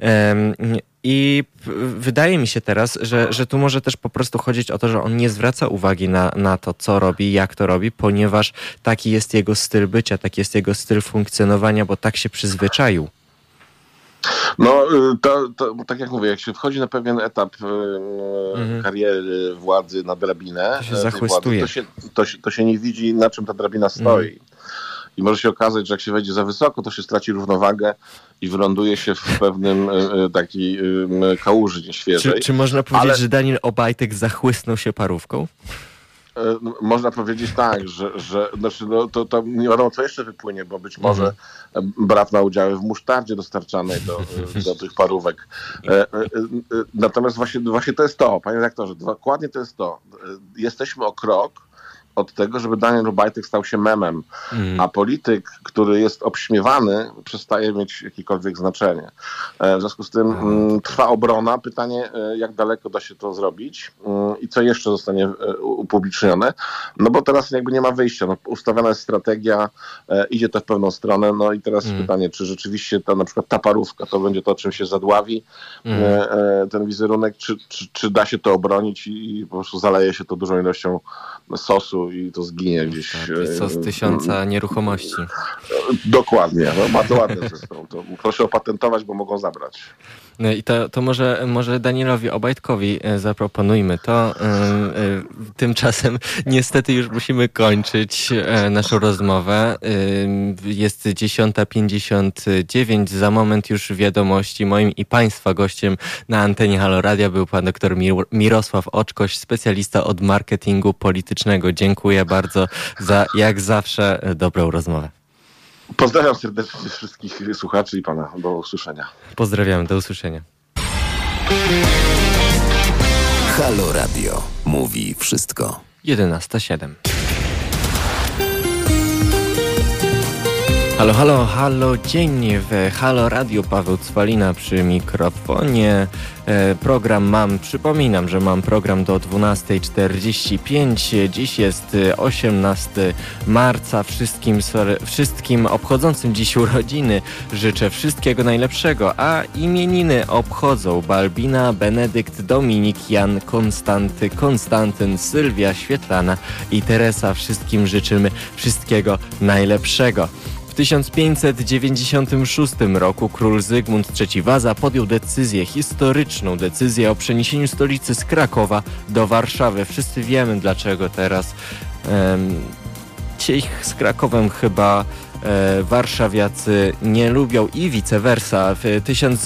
S2: I wydaje mi się teraz, że tu może też po prostu chodzić o to, że on nie zwraca uwagi na to, co robi, jak to robi, ponieważ taki jest jego styl bycia, taki jest jego styl funkcjonowania, bo tak się przyzwyczaił.
S5: No, to tak jak mówię, jak się wchodzi na pewien etap kariery władzy na drabinę,
S2: to się zachłystuje.
S5: To się nie widzi, na czym ta drabina stoi. i może się okazać, że jak się wejdzie za wysoko, to się straci równowagę i wyląduje się w pewnym takiej kałuży nieświeżej.
S2: Czy można powiedzieć, że Daniel Obajtek zachłysnął się parówką?
S5: Można powiedzieć tak, że znaczy to nie wiadomo, co jeszcze wypłynie, bo być może brat ma udziały w musztardzie dostarczanej do tych parówek. Natomiast właśnie to jest to, panie redaktorze, dokładnie to jest to. Jesteśmy o krok od tego, żeby Daniel Obajtek stał się memem, a polityk, który jest obśmiewany, przestaje mieć jakiekolwiek znaczenie. W związku z tym trwa obrona. Pytanie, jak daleko da się to zrobić i co jeszcze zostanie upublicznione, no bo teraz jakby nie ma wyjścia. No, ustawiona jest strategia, idzie to w pewną stronę, no i teraz pytanie, czy rzeczywiście na przykład ta parówka to będzie to, czym się zadławi ten wizerunek, czy da się to obronić i po prostu zaleje się to dużą ilością sosu i to zginie gdzieś.
S2: Tak, sos 1000 nieruchomości.
S5: Dokładnie, no, bardzo ładne zresztą. To proszę opatentować, bo mogą zabrać.
S2: I to może Danielowi Obajtkowi zaproponujmy to. Tymczasem niestety już musimy kończyć naszą rozmowę. Jest 10:59. Za moment już wiadomości. Moim i Państwa gościem na antenie Halo Radia był pan dr Mirosław Oczkoś, specjalista od marketingu politycznego. Dziękuję bardzo za, jak zawsze, dobrą rozmowę.
S5: Pozdrawiam serdecznie wszystkich słuchaczy i pana. Do usłyszenia.
S2: Pozdrawiam, do usłyszenia.
S1: Halo Radio mówi wszystko.
S2: 11:07. Halo, dzień w Halo Radio. Paweł Cwalina przy mikrofonie. Przypominam, że mam program do 12:45. Dziś jest 18 marca. Wszystkim obchodzącym dziś urodziny życzę wszystkiego najlepszego, a imieniny obchodzą Balbina, Benedykt, Dominik, Jan, Konstanty, Konstantyn, Sylwia, Świetlana i Teresa. Wszystkim życzymy wszystkiego najlepszego. W 1596 roku król Zygmunt III Waza podjął historyczną decyzję o przeniesieniu stolicy z Krakowa do Warszawy. Wszyscy wiemy, dlaczego teraz ci z Krakowem chyba warszawiacy nie lubią i vice versa. W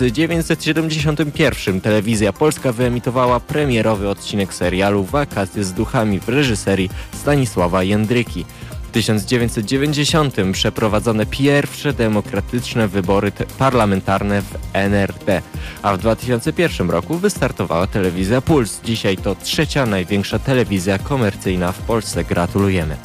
S2: 1971 Telewizja Polska wyemitowała premierowy odcinek serialu Wakacje z duchami w reżyserii Stanisława Jędryki. W 1990 przeprowadzone pierwsze demokratyczne wybory parlamentarne w NRD, a w 2001 roku wystartowała telewizja Puls. Dzisiaj to trzecia największa telewizja komercyjna w Polsce. Gratulujemy.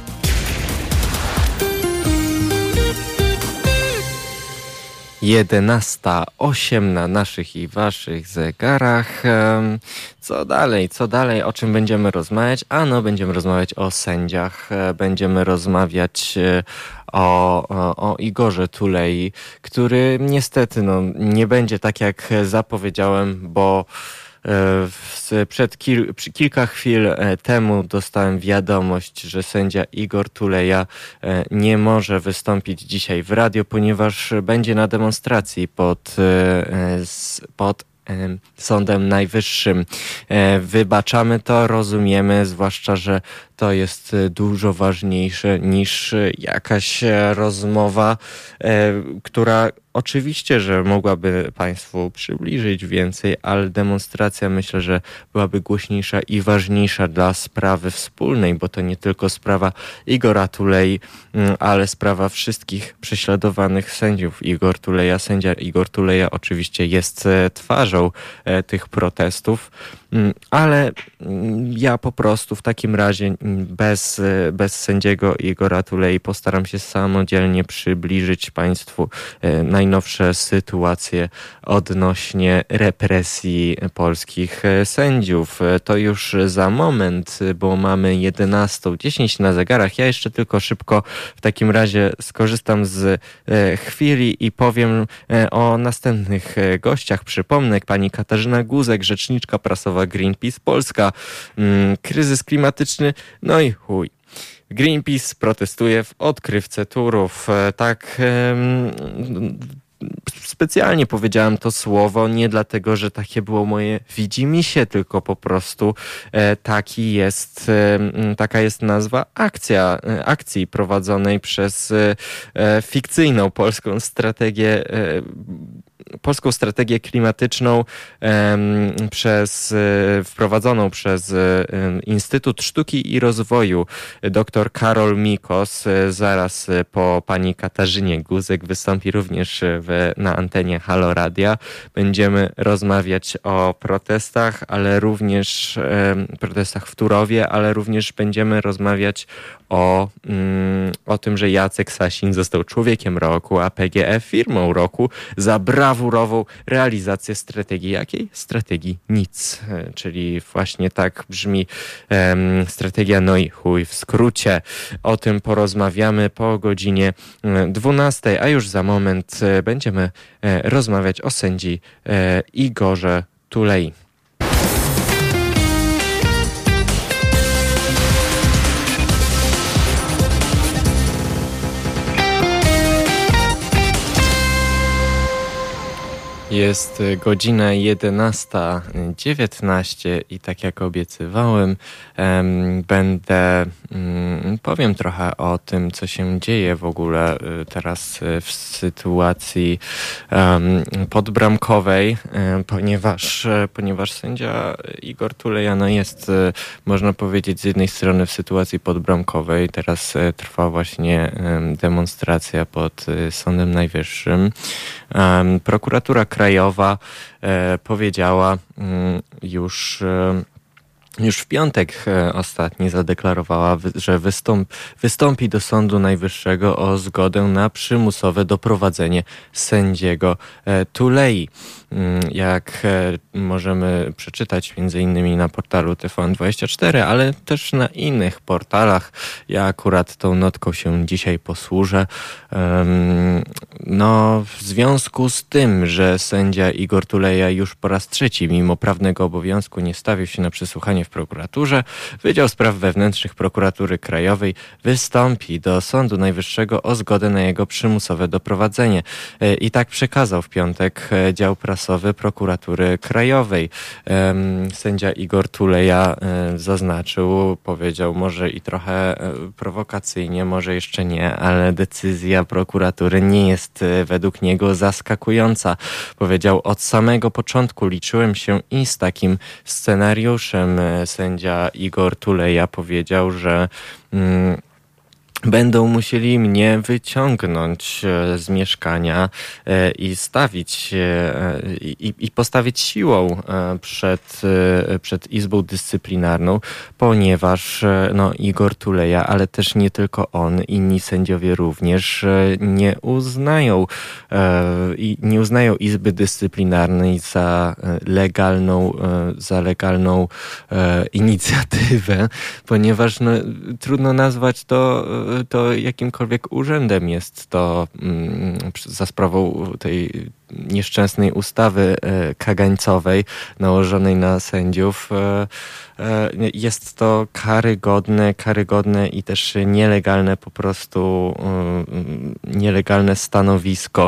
S2: Jedenasta 8 na naszych i waszych zegarach. Co dalej? O czym będziemy rozmawiać? Będziemy rozmawiać o sędziach. Będziemy rozmawiać o Igorze Tulei, który niestety nie będzie tak, jak zapowiedziałem, bo kilka chwil temu dostałem wiadomość, że sędzia Igor Tuleja nie może wystąpić dzisiaj w radio, ponieważ będzie na demonstracji pod Sądem Najwyższym. Wybaczamy to, rozumiemy, zwłaszcza, że to jest dużo ważniejsze niż jakaś rozmowa, która oczywiście, że mogłaby Państwu przybliżyć więcej, ale demonstracja myślę, że byłaby głośniejsza i ważniejsza dla sprawy wspólnej, bo to nie tylko sprawa Igora Tulei, ale sprawa wszystkich prześladowanych sędziów. Sędzia Igor Tuleja oczywiście jest twarzą tych protestów, ale ja po prostu w takim razie bez sędziego Igora Tulei postaram się samodzielnie przybliżyć Państwu najnowsze sytuacje odnośnie represji polskich sędziów. To już za moment, bo mamy 11:10 na zegarach. Ja jeszcze tylko szybko w takim razie skorzystam z chwili i powiem o następnych gościach. Przypomnę, pani Katarzyna Guzek, rzeczniczka prasowa Greenpeace Polska. Kryzys klimatyczny, no i chuj. Greenpeace protestuje w odkrywce Turów. Tak, Specjalnie powiedziałem to słowo nie dlatego, że takie było moje widzimisię, tylko po prostu taka jest nazwa akcji prowadzonej przez fikcyjną polską strategię klimatyczną wprowadzoną przez Instytut Sztuki i Rozwoju dr Karol Mikos. Zaraz po pani Katarzynie Guzek wystąpi również na antenie Halo Radia. Będziemy rozmawiać o protestach, ale również protestach w Turowie, ale również będziemy rozmawiać o tym, że Jacek Sasin został człowiekiem roku, a PGE firmą roku za brawurową realizację strategii. Jakiej? Strategii nic. Czyli właśnie tak brzmi strategia no i chuj w skrócie. O tym porozmawiamy po godzinie 12, a już za moment będziemy rozmawiać o sędzi Igorze Tulei. Jest godzina 11:19 i tak jak obiecywałem, powiem trochę o tym, co się dzieje w ogóle teraz w sytuacji podbramkowej, ponieważ sędzia Igor Tuleja jest, można powiedzieć, z jednej strony w sytuacji podbramkowej. Teraz trwa właśnie demonstracja pod Sądem Najwyższym. Prokuratura Krajowa powiedziała już w piątek ostatni zadeklarowała, że wystąpi do Sądu Najwyższego o zgodę na przymusowe doprowadzenie sędziego Tulei. Jak możemy przeczytać m.in. na portalu TVN24, ale też na innych portalach. Ja akurat tą notką się dzisiaj posłużę. W związku z tym, że sędzia Igor Tuleja już po raz trzeci mimo prawnego obowiązku nie stawił się na przesłuchanie w prokuraturze, Wydział Spraw Wewnętrznych Prokuratury Krajowej wystąpi do Sądu Najwyższego o zgodę na jego przymusowe doprowadzenie. I tak przekazał w piątek dział prasowy Prokuratury Krajowej. Sędzia Igor Tuleja zaznaczył, powiedział może i trochę prowokacyjnie, może jeszcze nie, ale decyzja prokuratury nie jest według niego zaskakująca. Powiedział, od samego początku liczyłem się i z takim scenariuszem. Sędzia Igor Tuleja powiedział, że będą musieli mnie wyciągnąć z mieszkania i postawić siłą przed Izbą Dyscyplinarną, ponieważ Igor Tuleja, ale też nie tylko on, inni sędziowie również nie uznają Izby Dyscyplinarnej za legalną inicjatywę, ponieważ trudno nazwać to jakimkolwiek urzędem. Jest to za sprawą tej nieszczęsnej ustawy kagańcowej nałożonej na sędziów. Jest to karygodne i też nielegalne po prostu nielegalne stanowisko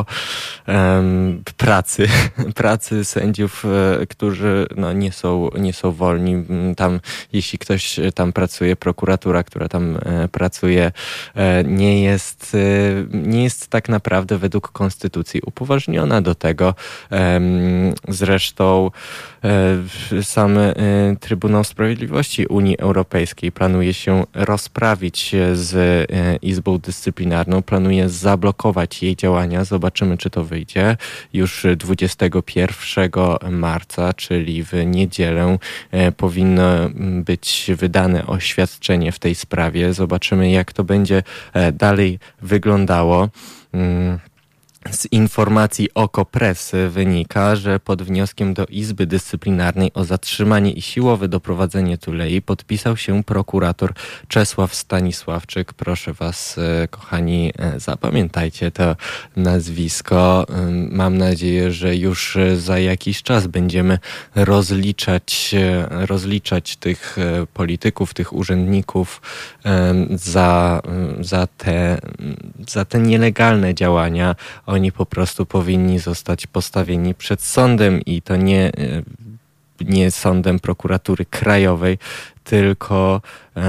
S2: pracy sędziów, którzy nie są wolni. Tam, jeśli ktoś tam pracuje, prokuratura, która tam pracuje, nie jest tak naprawdę według konstytucji upoważniona do tego. Zresztą sam Trybunał Sprawiedliwości Unii Europejskiej planuje się rozprawić z Izbą Dyscyplinarną, planuje zablokować jej działania. Zobaczymy, czy to wyjdzie. Już 21 marca, czyli w niedzielę, powinno być wydane oświadczenie w tej sprawie. Zobaczymy, jak to będzie dalej wyglądało. Z informacji OKO.press wynika, że pod wnioskiem do Izby Dyscyplinarnej o zatrzymanie i siłowe doprowadzenie Tulei podpisał się prokurator Czesław Stanisławczyk. Proszę was, kochani, zapamiętajcie to nazwisko. Mam nadzieję, że już za jakiś czas będziemy rozliczać tych polityków, tych urzędników za te nielegalne działania. oni po prostu powinni zostać postawieni przed sądem i to nie sądem prokuratury krajowej, tylko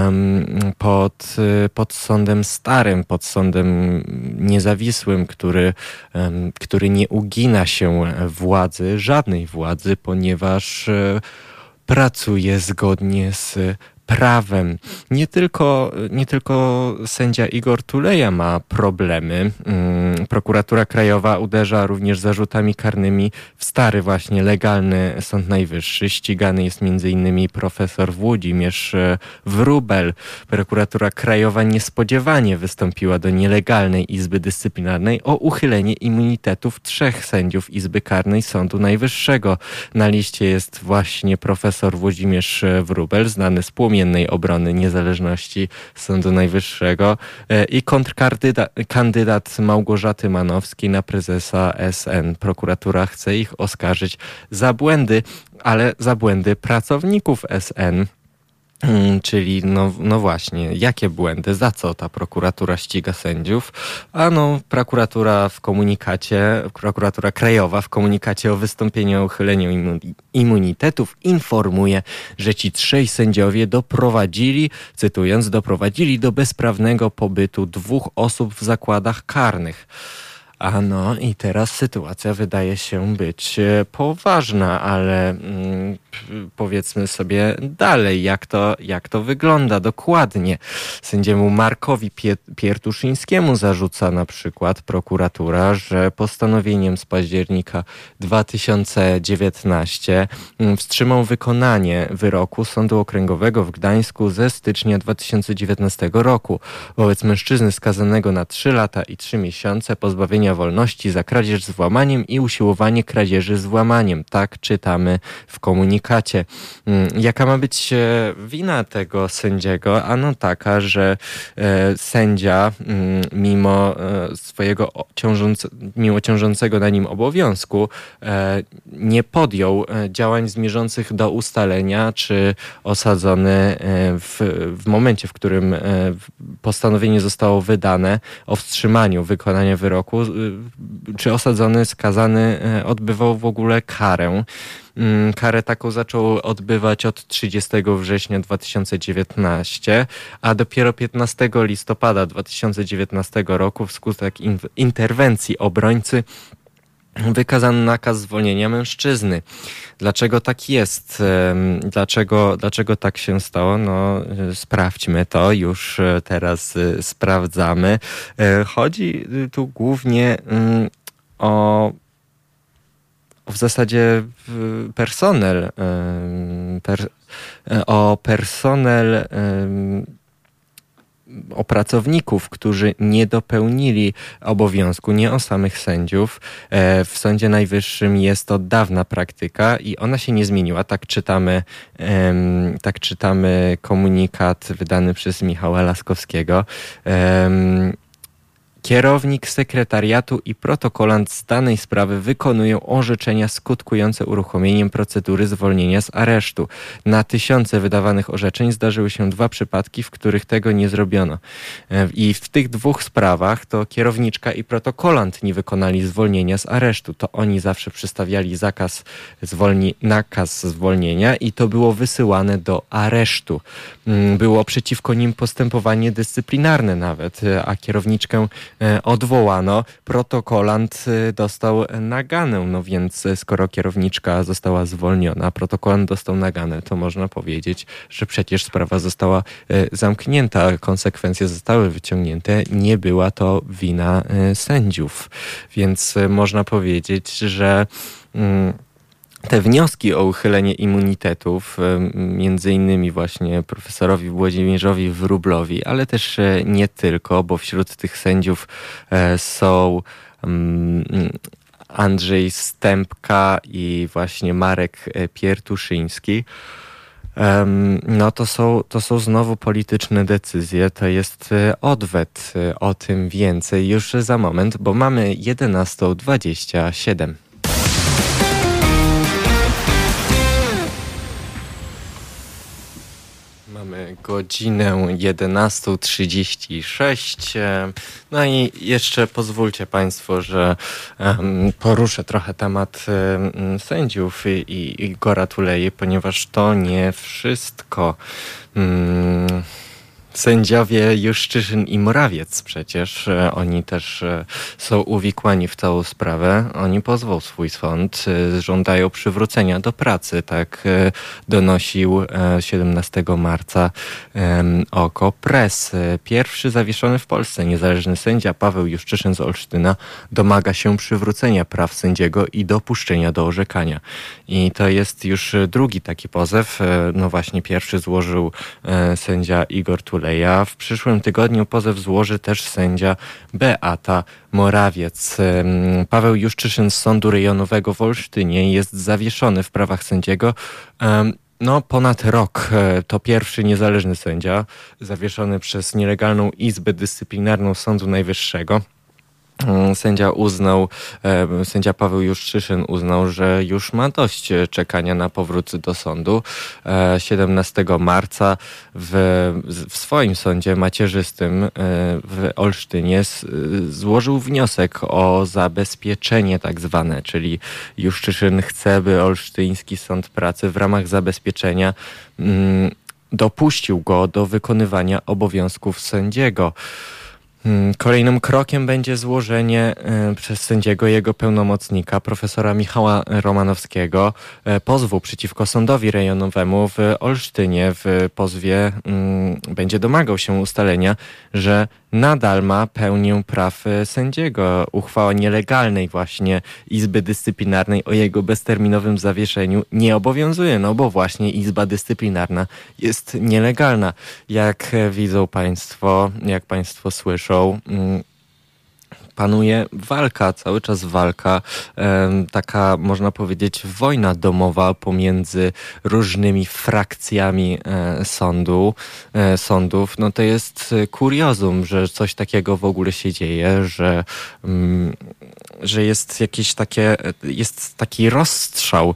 S2: pod sądem starym, pod sądem niezawisłym, który nie ugina się władzy, żadnej władzy, ponieważ pracuje zgodnie z prawem. Nie tylko sędzia Igor Tuleja ma problemy. Prokuratura Krajowa uderza również zarzutami karnymi w stary właśnie legalny Sąd Najwyższy. Ścigany jest m.in. profesor Włodzimierz Wróbel. Prokuratura Krajowa niespodziewanie wystąpiła do nielegalnej Izby Dyscyplinarnej o uchylenie immunitetów 3 sędziów Izby Karnej Sądu Najwyższego. Na liście jest właśnie profesor Włodzimierz Wróbel, znany z płomiennej obrony niezależności Sądu Najwyższego, i kontrkandydat Małgorzaty Manowskiej na prezesa SN. Prokuratura chce ich oskarżyć za błędy, ale za błędy pracowników SN. Czyli no właśnie, jakie błędy, za co ta prokuratura ściga sędziów? Prokuratura Krajowa w komunikacie o wystąpieniu o uchyleniu immunitetów informuje, że ci 3 sędziowie doprowadzili do bezprawnego pobytu 2 osób w zakładach karnych. I teraz sytuacja wydaje się być poważna, ale powiedzmy sobie dalej, jak to wygląda dokładnie. Sędziemu Markowi Piertuszyńskiemu zarzuca na przykład prokuratura, że postanowieniem z października 2019 wstrzymał wykonanie wyroku Sądu Okręgowego w Gdańsku ze stycznia 2019 roku wobec mężczyzny skazanego na 3 lata i 3 miesiące pozbawienia wolności za kradzież z włamaniem i usiłowanie kradzieży z włamaniem. Tak czytamy w komunikacie. Jaka ma być wina tego sędziego? Taka, że sędzia mimo ciążącego na nim obowiązku nie podjął działań zmierzających do ustalenia, czy osadzony w momencie, w którym postanowienie zostało wydane o wstrzymaniu wykonania wyroku, czy osadzony, skazany odbywał w ogóle karę. Karę taką zaczął odbywać od 30 września 2019, a dopiero 15 listopada 2019 roku wskutek interwencji obrońcy wykazano nakaz zwolnienia mężczyzny. Dlaczego tak jest? Dlaczego tak się stało? Sprawdźmy to. Już teraz sprawdzamy. Chodzi tu głównie o w zasadzie personel, o pracowników, którzy nie dopełnili obowiązku, nie o samych sędziów. W Sądzie Najwyższym jest od dawna praktyka i ona się nie zmieniła. Tak czytamy komunikat wydany przez Michała Laskowskiego. Kierownik sekretariatu i protokolant z danej sprawy wykonują orzeczenia skutkujące uruchomieniem procedury zwolnienia z aresztu. Na 1000 wydawanych orzeczeń zdarzyły się 2 przypadki, w których tego nie zrobiono. I w tych 2 sprawach to kierowniczka i protokolant nie wykonali zwolnienia z aresztu. To oni zawsze przystawiali nakaz zwolnienia i to było wysyłane do aresztu. Było przeciwko nim postępowanie dyscyplinarne nawet, a kierowniczkę odwołano, protokolant dostał naganę, więc skoro kierowniczka została zwolniona, protokolant dostał naganę, to można powiedzieć, że przecież sprawa została zamknięta, konsekwencje zostały wyciągnięte, nie była to wina sędziów. Więc można powiedzieć, że te wnioski o uchylenie immunitetów, między innymi właśnie profesorowi Włodzimierzowi Wróblowi, ale też nie tylko, bo wśród tych sędziów są Andrzej Stępka i właśnie Marek Piertuszyński. To są znowu polityczne decyzje, to jest odwet. O tym więcej już za moment, bo mamy 11:27. Mamy godzinę 11:36. No i jeszcze pozwólcie Państwo, że poruszę trochę temat sędziów i Igora Tulei, ponieważ to nie wszystko. Sędziowie Juszczyszyn i Morawiec przecież, oni też są uwikłani w całą sprawę. Oni pozwą swój sąd, żądają przywrócenia do pracy, tak donosił 17 marca OKO.press. Pierwszy zawieszony w Polsce niezależny sędzia Paweł Juszczyszyn z Olsztyna domaga się przywrócenia praw sędziego i dopuszczenia do orzekania. I to jest już drugi taki pozew. No właśnie pierwszy złożył sędzia Igor Tulei. W przyszłym tygodniu pozew złoży też sędzia Beata Morawiec. Paweł Juszczyszyn z Sądu Rejonowego w Olsztynie jest zawieszony w prawach sędziego ponad rok. To pierwszy niezależny sędzia zawieszony przez nielegalną Izbę Dyscyplinarną Sądu Najwyższego. Sędzia Paweł Juszczyszyn uznał, że już ma dość czekania na powrót do sądu. 17 marca w swoim sądzie macierzystym w Olsztynie złożył wniosek o zabezpieczenie tak zwane, czyli Juszczyszyn chce, by Olsztyński Sąd Pracy w ramach zabezpieczenia dopuścił go do wykonywania obowiązków sędziego. Kolejnym krokiem będzie złożenie przez sędziego jego pełnomocnika, profesora Michała Romanowskiego, pozwu przeciwko sądowi rejonowemu w Olsztynie. W pozwie będzie domagał się ustalenia, że nadal ma pełnię praw sędziego. Uchwała nielegalnej właśnie Izby Dyscyplinarnej o jego bezterminowym zawieszeniu nie obowiązuje, bo właśnie Izba Dyscyplinarna jest nielegalna. Jak widzą Państwo, jak Państwo słyszą, panuje walka, cały czas walka, taka można powiedzieć wojna domowa pomiędzy różnymi frakcjami sądów. To jest kuriozum, że coś takiego w ogóle się dzieje, że jest jest taki rozstrzał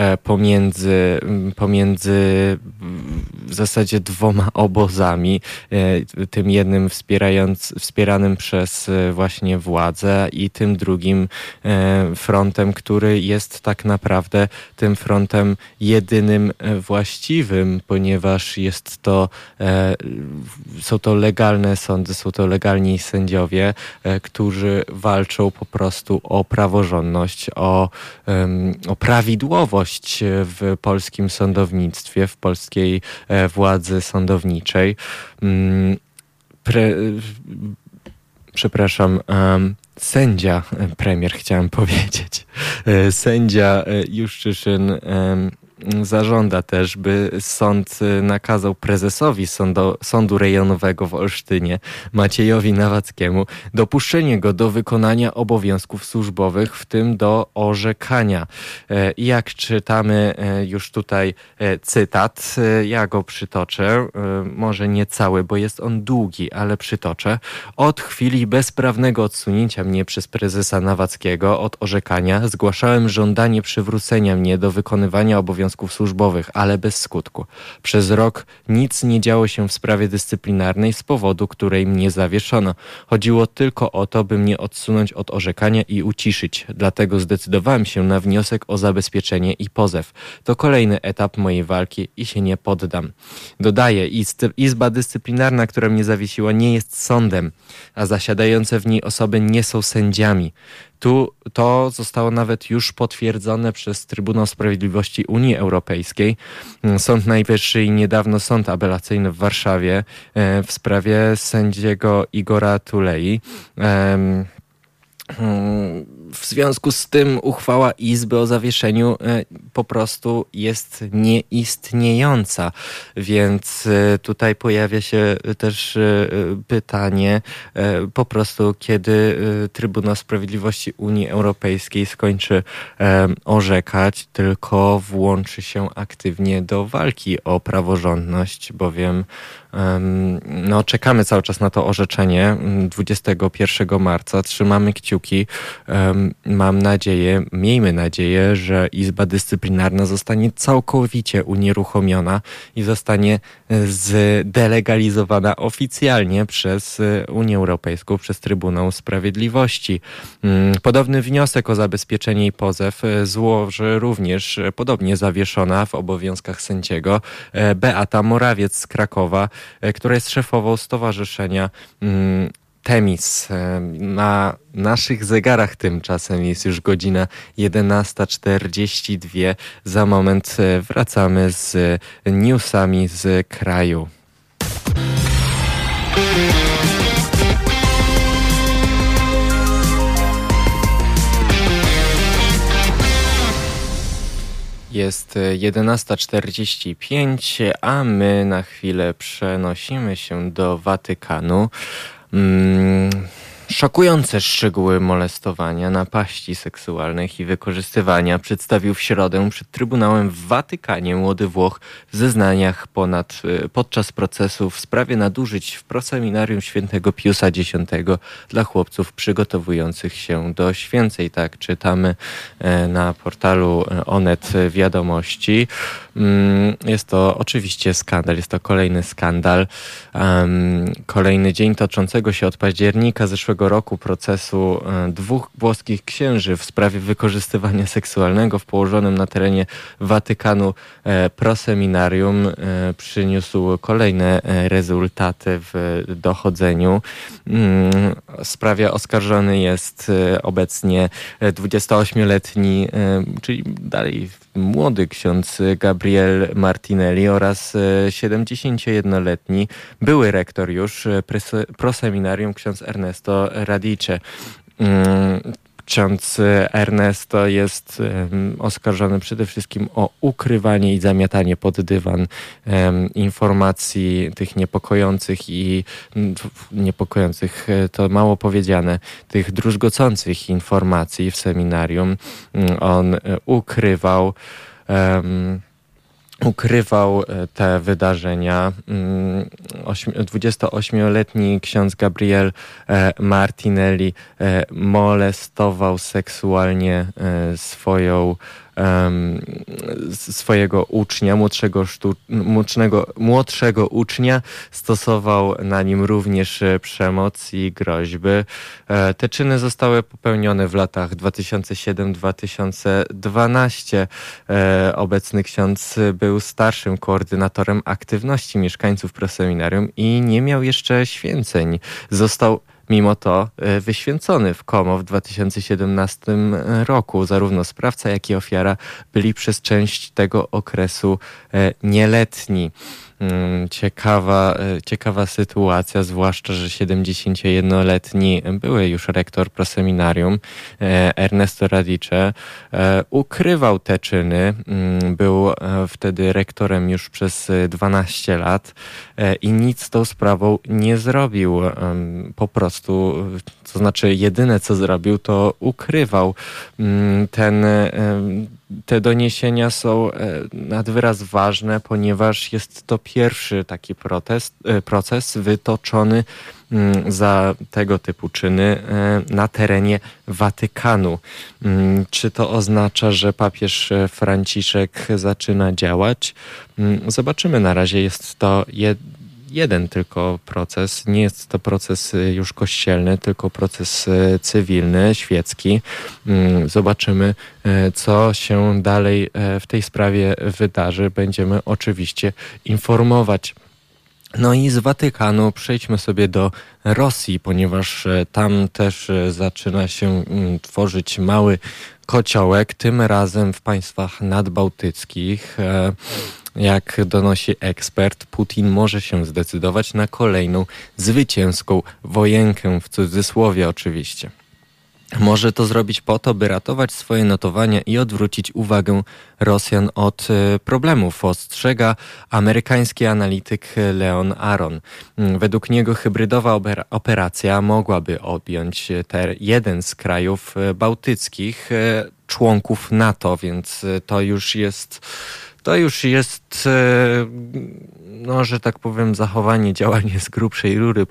S2: pomiędzy w zasadzie dwoma obozami, tym jednym wspieranym przez właśnie władzę i tym drugim frontem, który jest tak naprawdę tym frontem jedynym właściwym, ponieważ są to legalne sądy, są to legalni sędziowie, którzy walczą po prostu o praworządność, o prawidłowość w polskim sądownictwie, w polskiej władzy sądowniczej. Premier chciałem powiedzieć. Sędzia Juszczyszyn zażąda też, by sąd nakazał prezesowi Sądu Rejonowego w Olsztynie, Maciejowi Nawackiemu, dopuszczenie go do wykonania obowiązków służbowych, w tym do orzekania. I jak czytamy już tutaj cytat, ja go przytoczę, może nie cały, bo jest on długi, ale przytoczę. Od chwili bezprawnego odsunięcia mnie przez prezesa Nawackiego od orzekania zgłaszałem żądanie przywrócenia mnie do wykonywania obowiązków służbowych, ale bez skutku. Przez rok nic nie działo się w sprawie dyscyplinarnej, z powodu której mnie zawieszono. Chodziło tylko o to, by mnie odsunąć od orzekania i uciszyć. Dlatego zdecydowałem się na wniosek o zabezpieczenie i pozew. To kolejny etap mojej walki i się nie poddam. Dodaję, Izba Dyscyplinarna, która mnie zawiesiła, nie jest sądem, a zasiadające w niej osoby nie są sędziami. To zostało nawet już potwierdzone przez Trybunał Sprawiedliwości Unii Europejskiej, Sąd Najwyższy i niedawno Sąd Apelacyjny w Warszawie w sprawie sędziego Igora Tulei. W związku z tym uchwała Izby o zawieszeniu po prostu jest nieistniejąca, więc tutaj pojawia się też pytanie po prostu, kiedy Trybunał Sprawiedliwości Unii Europejskiej skończy orzekać, tylko włączy się aktywnie do walki o praworządność, bowiem No, czekamy cały czas na to orzeczenie 21 marca. Trzymamy kciuki. Miejmy nadzieję, że Izba Dyscyplinarna zostanie całkowicie unieruchomiona i zostanie zdelegalizowana oficjalnie przez Unię Europejską, przez Trybunał Sprawiedliwości. Podobny wniosek o zabezpieczenie i pozew złoży również podobnie zawieszona w obowiązkach sędziego Beata Morawiec z Krakowa, która jest szefową stowarzyszenia Temis. Na naszych zegarach tymczasem jest już godzina 11:42. Za moment wracamy z newsami z kraju. Jest 11:45, a my na chwilę przenosimy się do Watykanu. Szokujące szczegóły molestowania, napaści seksualnych i wykorzystywania przedstawił w środę przed Trybunałem w Watykanie młody Włoch w zeznaniach podczas procesu w sprawie nadużyć w proseminarium świętego Piusa X dla chłopców przygotowujących się do święceń. Tak czytamy na portalu Onet Wiadomości. Jest to oczywiście skandal, jest to kolejny skandal. Kolejny dzień toczącego się od października zeszłego roku procesu dwóch włoskich księży w sprawie wykorzystywania seksualnego w położonym na terenie Watykanu proseminarium przyniósł kolejne rezultaty w dochodzeniu. W sprawie oskarżony jest obecnie 28-letni, czyli dalej młody ksiądz Gabriel Martinelli oraz 71-letni były rektor już proseminarium ksiądz Ernesto Radice. Ksiądz Ernesto jest oskarżony przede wszystkim o ukrywanie i zamiatanie pod dywan informacji tych niepokojących, to mało powiedziane, tych druzgocących informacji w seminarium. On ukrywał te wydarzenia. 28-letni ksiądz Gabriel Martinelli molestował seksualnie swojego ucznia, młodszego ucznia, stosował na nim również przemoc i groźby. Te czyny zostały popełnione w latach 2007-2012. Obecny ksiądz był starszym koordynatorem aktywności mieszkańców proseminarium i nie miał jeszcze święceń. Został mimo to wyświęcony w Como w 2017 roku. Zarówno sprawca, jak i ofiara byli przez część tego okresu nieletni. Ciekawa sytuacja, zwłaszcza, że 71-letni były już rektor proseminarium Ernesto Radice ukrywał te czyny. Był wtedy rektorem już przez 12 lat i nic z tą sprawą nie zrobił. Po prostu, to znaczy jedyne co zrobił, to ukrywał. Te doniesienia są nad wyraz ważne, ponieważ jest to pierwszy taki proces wytoczony za tego typu czyny na terenie Watykanu. Czy to oznacza, że papież Franciszek zaczyna działać? Zobaczymy. Na razie jest to jeden tylko proces. Nie jest to proces już kościelny, tylko proces cywilny, świecki. Zobaczymy, co się dalej w tej sprawie wydarzy. Będziemy oczywiście informować. No i z Watykanu przejdźmy sobie do Rosji, ponieważ tam też zaczyna się tworzyć mały kociołek, tym razem w państwach nadbałtyckich. Jak donosi ekspert, Putin może się zdecydować na kolejną zwycięską wojenkę, w cudzysłowie oczywiście. Może to zrobić po to, by ratować swoje notowania i odwrócić uwagę Rosjan od problemów, ostrzega amerykański analityk Leon Aron. Według niego hybrydowa operacja mogłaby objąć jeden z krajów bałtyckich, członków NATO, więc to już jest to już jest, no, że tak powiem, działanie z grubszej rury,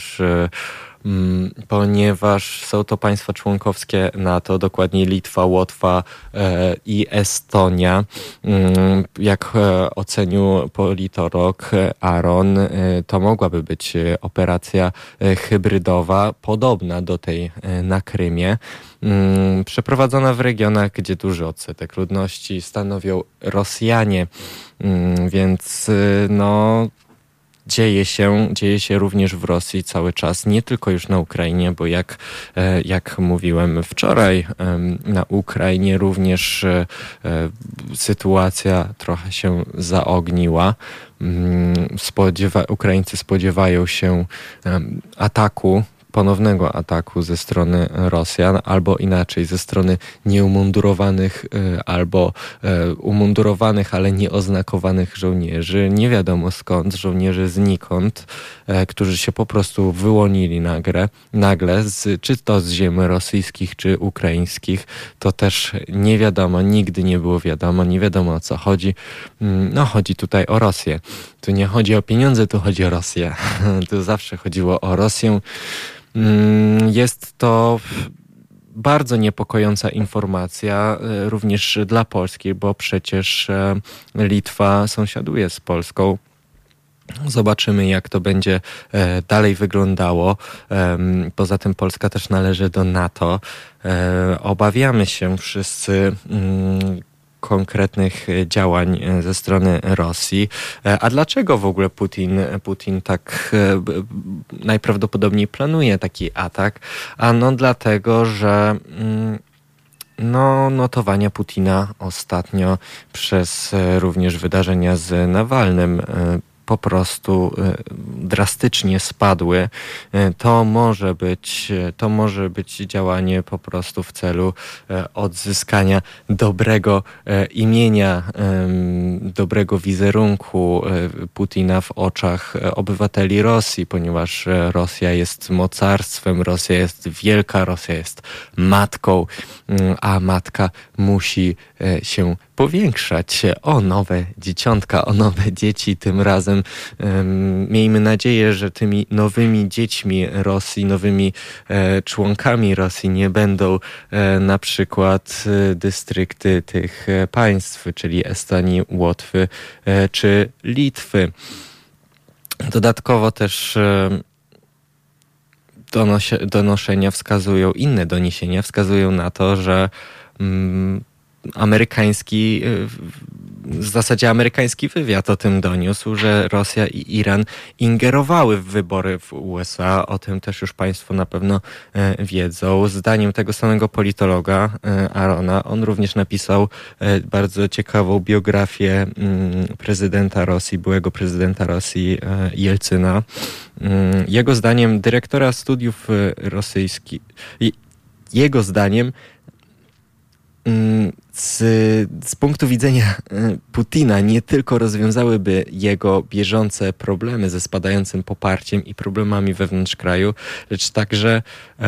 S2: ponieważ są to państwa członkowskie NATO, dokładnie Litwa, Łotwa i Estonia. Jak ocenił politolog Aaron, to mogłaby być operacja hybrydowa, podobna do tej na Krymie, przeprowadzona w regionach, gdzie duży odsetek ludności stanowią Rosjanie, więc no... Dzieje się również w Rosji cały czas, nie tylko już na Ukrainie, bo jak mówiłem wczoraj, na Ukrainie również sytuacja trochę się zaogniła. Ukraińcy spodziewają się ponownego ataku ze strony Rosjan, albo inaczej, ze strony nieumundurowanych albo umundurowanych, ale nieoznakowanych żołnierzy. Nie wiadomo skąd, żołnierzy znikąd, którzy się po prostu wyłonili nagle, czy to z ziem rosyjskich, czy ukraińskich. To też nie wiadomo, nigdy nie było wiadomo, nie wiadomo o co chodzi. No, chodzi tutaj o Rosję. Tu nie chodzi o pieniądze, tu chodzi o Rosję. Tu zawsze chodziło o Rosję. Jest to bardzo niepokojąca informacja również dla Polski, bo przecież Litwa sąsiaduje z Polską. Zobaczymy, jak to będzie dalej wyglądało. Poza tym Polska też należy do NATO. Obawiamy się wszyscy konkretnych działań ze strony Rosji. A dlaczego w ogóle Putin tak najprawdopodobniej planuje taki atak? Ano dlatego, że notowania Putina ostatnio przez również wydarzenia z Nawalnym po prostu drastycznie spadły. To może być działanie po prostu w celu odzyskania dobrego imienia, dobrego wizerunku Putina w oczach obywateli Rosji, ponieważ Rosja jest mocarstwem, Rosja jest wielka, Rosja jest matką, a matka musi się powiększać o nowe dzieciątka, o nowe dzieci. Tym razem miejmy nadzieję, że tymi nowymi dziećmi Rosji, nowymi członkami Rosji nie będą na przykład dystrykty tych państw, czyli Estonii, Łotwy czy Litwy. Dodatkowo też inne doniesienia wskazują na to, że w zasadzie amerykański wywiad o tym doniósł, że Rosja i Iran ingerowały w wybory w USA. O tym też już Państwo na pewno wiedzą. Zdaniem tego samego politologa Arona, on również napisał bardzo ciekawą biografię prezydenta Rosji, byłego prezydenta Rosji Jelcyna. Jego zdaniem dyrektora studiów rosyjskich, jego zdaniem z punktu widzenia Putina nie tylko rozwiązałyby jego bieżące problemy ze spadającym poparciem i problemami wewnątrz kraju, lecz także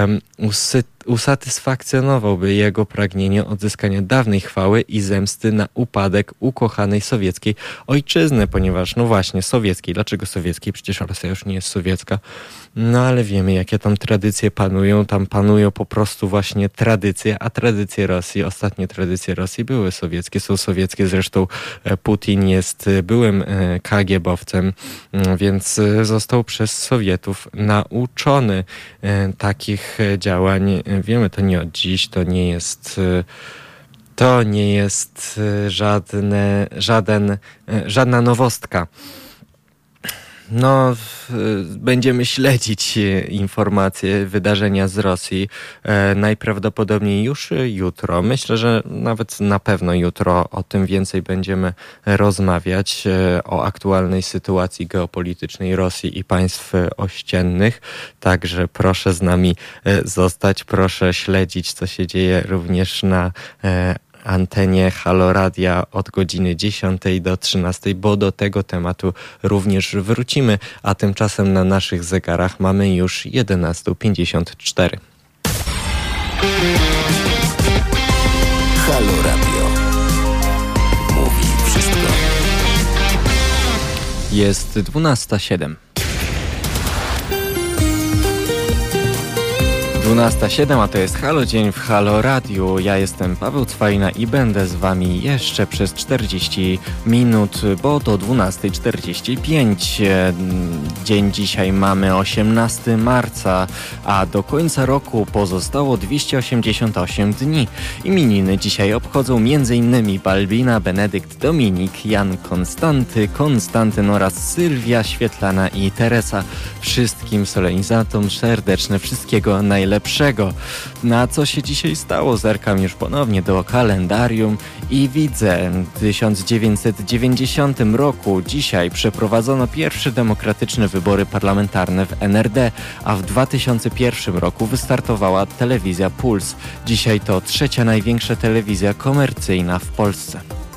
S2: usatysfakcjonowałby jego pragnienie odzyskania dawnej chwały i zemsty na upadek ukochanej sowieckiej ojczyzny, ponieważ, no właśnie, sowieckiej. Dlaczego sowieckiej? Przecież Rosja już nie jest sowiecka. No ale wiemy, jakie tam tradycje panują. Tam panują po prostu właśnie tradycje, a tradycje Rosji, ostatnie tradycje Rosji były sowieckie, są sowieckie. Zresztą Putin jest byłym KGB-owcem, więc został przez Sowietów nauczony takich działań. Wiemy to nie od dziś, to nie jest żadna nowostka. No, będziemy śledzić informacje, wydarzenia z Rosji. Najprawdopodobniej już jutro. Myślę, że nawet na pewno jutro o tym więcej będziemy rozmawiać, o aktualnej sytuacji geopolitycznej Rosji i państw ościennych. Także proszę z nami zostać, proszę śledzić, co się dzieje również na antenie Halo Radia od godziny 10 do 13, bo do tego tematu również wrócimy, a tymczasem na naszych zegarach mamy już 11:54.
S1: Halo Radio. Mówi wszystko.
S2: Jest 12:07. 12:07, a to jest Halo Dzień w Halo Radiu. Ja jestem Paweł Cwalina i będę z wami jeszcze przez 40 minut, bo do 12:45. Dzień dzisiaj mamy 18 marca, a do końca roku pozostało 288 dni. Imieniny dzisiaj obchodzą m.in. Balbina, Benedykt, Dominik, Jan Konstantyn oraz Sylwia, Świetlana i Teresa. Wszystkim solenizantom serdeczne wszystkiego najlepszego. Na co się dzisiaj stało? Zerkam już ponownie do kalendarium i widzę, w 1990 roku dzisiaj przeprowadzono pierwsze demokratyczne wybory parlamentarne w NRD, a w 2001 roku wystartowała telewizja Puls. Dzisiaj to trzecia największa telewizja komercyjna w Polsce.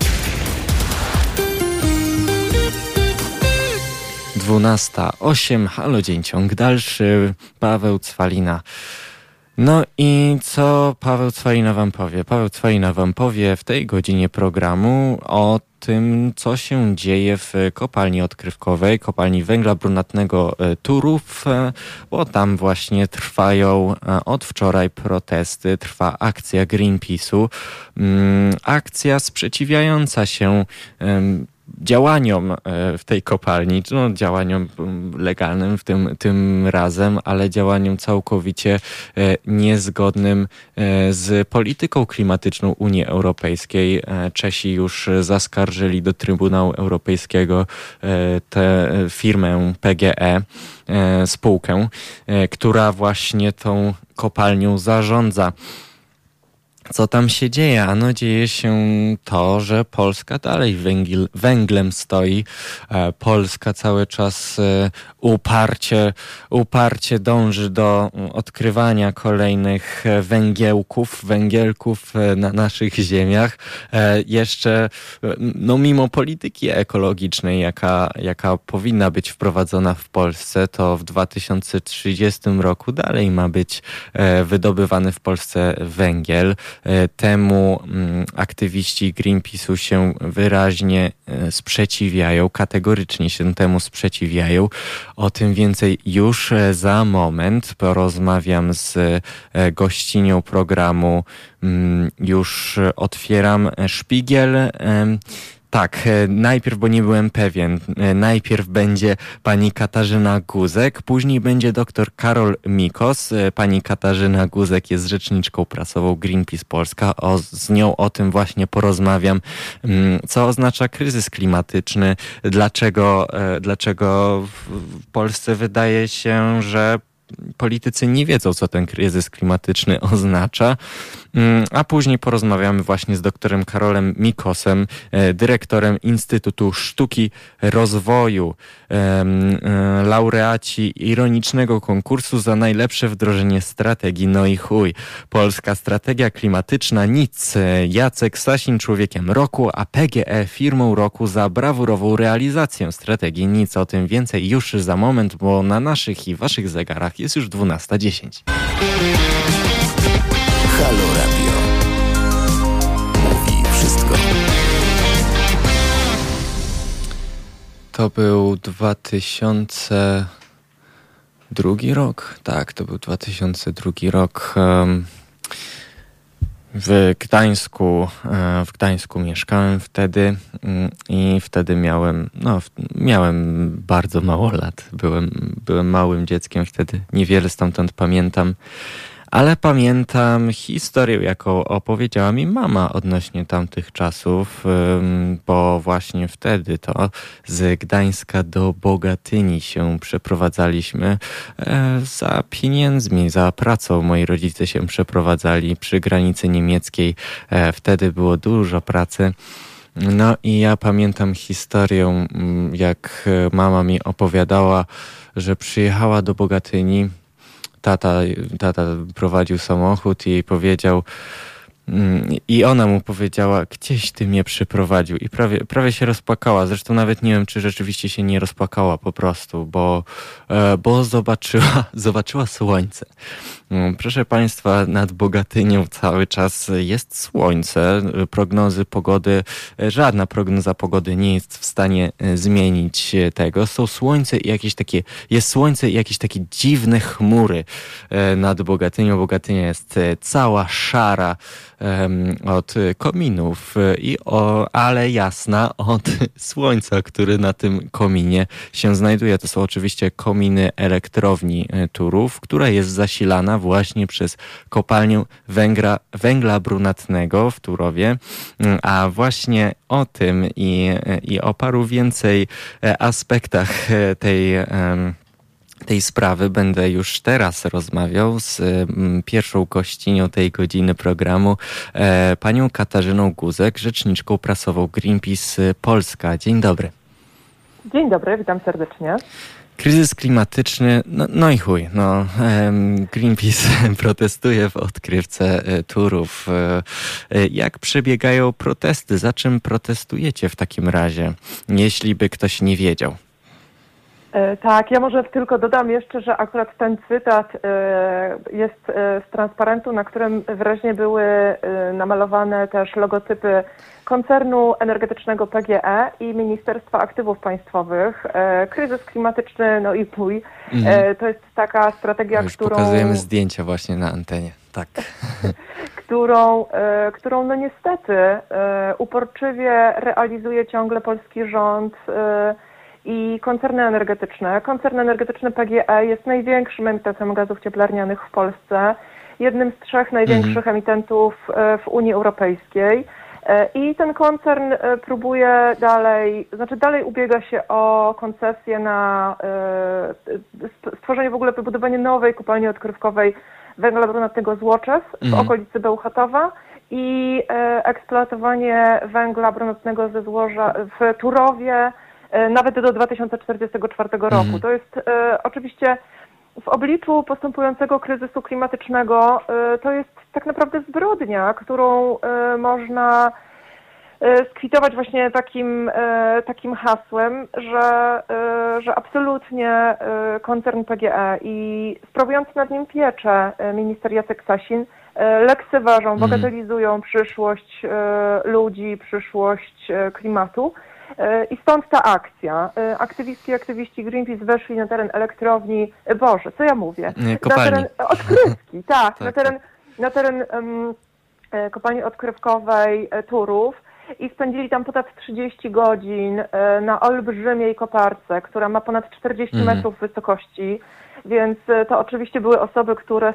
S2: 12:08, Halo Dzień, ciąg dalszy, Paweł Cwalina. No i co Paweł Cwalina wam powie? Paweł Cwalina wam powie w tej godzinie programu o tym, co się dzieje w kopalni odkrywkowej, kopalni węgla brunatnego Turów, bo tam właśnie trwają od wczoraj protesty, trwa akcja Greenpeace'u, akcja sprzeciwiająca się działaniom w tej kopalni, no działaniom legalnym tym razem, ale działaniom całkowicie niezgodnym z polityką klimatyczną Unii Europejskiej. Czesi już zaskarżyli do Trybunału Europejskiego tę firmę PGE, spółkę, która właśnie tą kopalnią zarządza. Co tam się dzieje? Ano dzieje się to, że Polska dalej węglem stoi. Polska cały czas uparcie dąży do odkrywania kolejnych węgielków na naszych ziemiach. Jeszcze mimo polityki ekologicznej, jaka powinna być wprowadzona w Polsce, to w 2030 roku dalej ma być wydobywany w Polsce węgiel. Temu aktywiści Greenpeace'u się wyraźnie sprzeciwiają, kategorycznie się temu sprzeciwiają. O tym więcej już za moment. Porozmawiam z gościnią programu. Już otwieram szpigiel. Tak, najpierw, bo nie byłem pewien, najpierw będzie pani Katarzyna Guzek, później będzie dr Karol Mikos. Pani Katarzyna Guzek jest rzeczniczką prasową Greenpeace Polska. Z nią o tym właśnie porozmawiam, co oznacza kryzys klimatyczny, dlaczego w Polsce wydaje się, że politycy nie wiedzą, co ten kryzys klimatyczny oznacza, a później porozmawiamy właśnie z doktorem Karolem Mikosem, dyrektorem Instytutu Sztuki Rozwoju, laureaci ironicznego konkursu za najlepsze wdrożenie strategii. No i chuj, polska strategia klimatyczna nic. Jacek Sasin człowiekiem roku, a PGE firmą roku za brawurową realizację strategii. Nic, o tym więcej już za moment, bo na naszych i waszych zegarach jest już 12:10.
S1: Halo Radio. Mówi wszystko.
S2: To był 2002 rok. Tak, to był 2002 rok. W Gdańsku mieszkałem wtedy i wtedy miałem bardzo mało lat. Byłem małym dzieckiem wtedy. Niewiele stamtąd pamiętam. Ale pamiętam historię, jaką opowiedziała mi mama odnośnie tamtych czasów, bo właśnie wtedy to z Gdańska do Bogatyni się przeprowadzaliśmy za pieniędzmi, za pracą. Moi rodzice się przeprowadzali przy granicy niemieckiej. Wtedy było dużo pracy. No i ja pamiętam historię, jak mama mi opowiadała, że przyjechała do Bogatyni. Tata prowadził samochód i jej powiedział: I ona mu powiedziała, gdzieś ty mnie przyprowadził, i prawie się rozpłakała. Zresztą nawet nie wiem, czy rzeczywiście się nie rozpłakała po prostu, bo zobaczyła słońce. Proszę Państwa, nad Bogatynią cały czas jest słońce. Prognozy pogody, żadna prognoza pogody nie jest w stanie zmienić tego. Jest słońce i jakieś takie dziwne chmury nad Bogatynią. Bogatynia jest cała szara od kominów, ale jasna od słońca, który na tym kominie się znajduje. To są oczywiście kominy elektrowni Turów, która jest zasilana właśnie przez kopalnię węgla brunatnego w Turowie. A właśnie o tym i o paru więcej aspektach tej sprawy będę już teraz rozmawiał z pierwszą gościnią tej godziny programu, panią Katarzyną Guzek, rzeczniczką prasową Greenpeace Polska. Dzień dobry.
S6: Dzień dobry, witam serdecznie.
S2: Kryzys klimatyczny, no i chuj, Greenpeace protestuje w odkrywce Turów. Jak przebiegają protesty? Za czym protestujecie w takim razie, jeśli by ktoś nie wiedział?
S6: Tak, ja może tylko dodam jeszcze, że akurat ten cytat jest z transparentu, na którym wyraźnie były namalowane też logotypy koncernu energetycznego PGE i Ministerstwa Aktywów Państwowych. Kryzys klimatyczny, no i pój. To jest taka strategia,
S2: już
S6: którą...
S2: pokazujemy zdjęcia właśnie na antenie, tak.
S6: którą no niestety uporczywie realizuje ciągle polski rząd i koncerny energetyczne. Koncern energetyczny PGE jest największym emitentem gazów cieplarnianych w Polsce, jednym z 3 największych emitentów w Unii Europejskiej. I ten koncern próbuje dalej ubiega się o koncesję na stworzenie w ogóle, wybudowanie nowej kopalni odkrywkowej węgla brunatnego Złoczew w okolicy Bełchatowa i eksploatowanie węgla brunatnego ze złoża w Turowie nawet do 2044 roku. To jest oczywiście w obliczu postępującego kryzysu klimatycznego, to jest tak naprawdę zbrodnia, którą można skwitować właśnie takim hasłem, że absolutnie koncern PGE i sprawujący nad nim pieczę minister Jacek Sasin lekceważą, bagatelizują przyszłość ludzi, przyszłość klimatu. I stąd ta akcja. Aktywistki i aktywiści Greenpeace weszli na teren elektrowni, co ja mówię?
S2: Kopalni.
S6: Na teren odkrywki, tak. Na teren kopalni odkrywkowej Turów i spędzili tam ponad 30 godzin na olbrzymiej koparce, która ma ponad 40 metrów wysokości, więc to oczywiście były osoby, które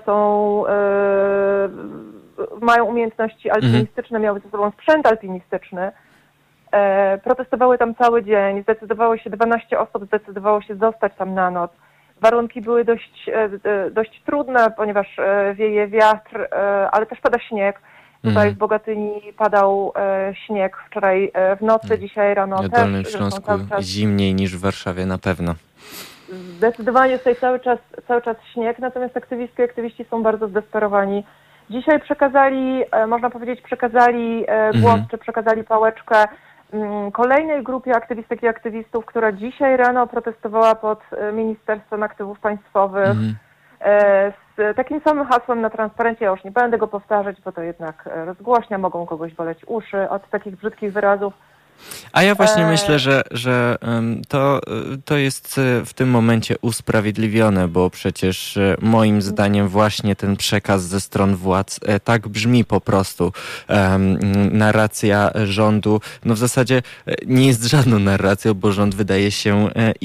S6: mają umiejętności alpinistyczne, miały ze sobą sprzęt alpinistyczny. Protestowały tam cały dzień, 12 osób zdecydowało się zostać tam na noc. Warunki były dość trudne, ponieważ wieje wiatr, ale też pada śnieg. Tutaj w Bogatyni padał śnieg wczoraj w nocy, dzisiaj rano też.
S2: W Dolnym Śląsku zimniej niż w Warszawie na pewno.
S6: Zdecydowanie jest tutaj cały czas śnieg, natomiast aktywiści są bardzo zdesperowani. Dzisiaj przekazali głos, czy przekazali pałeczkę kolejnej grupie aktywistek i aktywistów, która dzisiaj rano protestowała pod Ministerstwem Aktywów Państwowych z takim samym hasłem na transparencie. Ja już nie będę go powtarzać, bo to jednak rozgłośnia, mogą kogoś boleć uszy od takich brzydkich wyrazów.
S2: A ja właśnie myślę, że to jest w tym momencie usprawiedliwione, bo przecież moim zdaniem właśnie ten przekaz ze stron władz tak brzmi po prostu. Narracja rządu, no w zasadzie nie jest żadną narracją, bo rząd wydaje się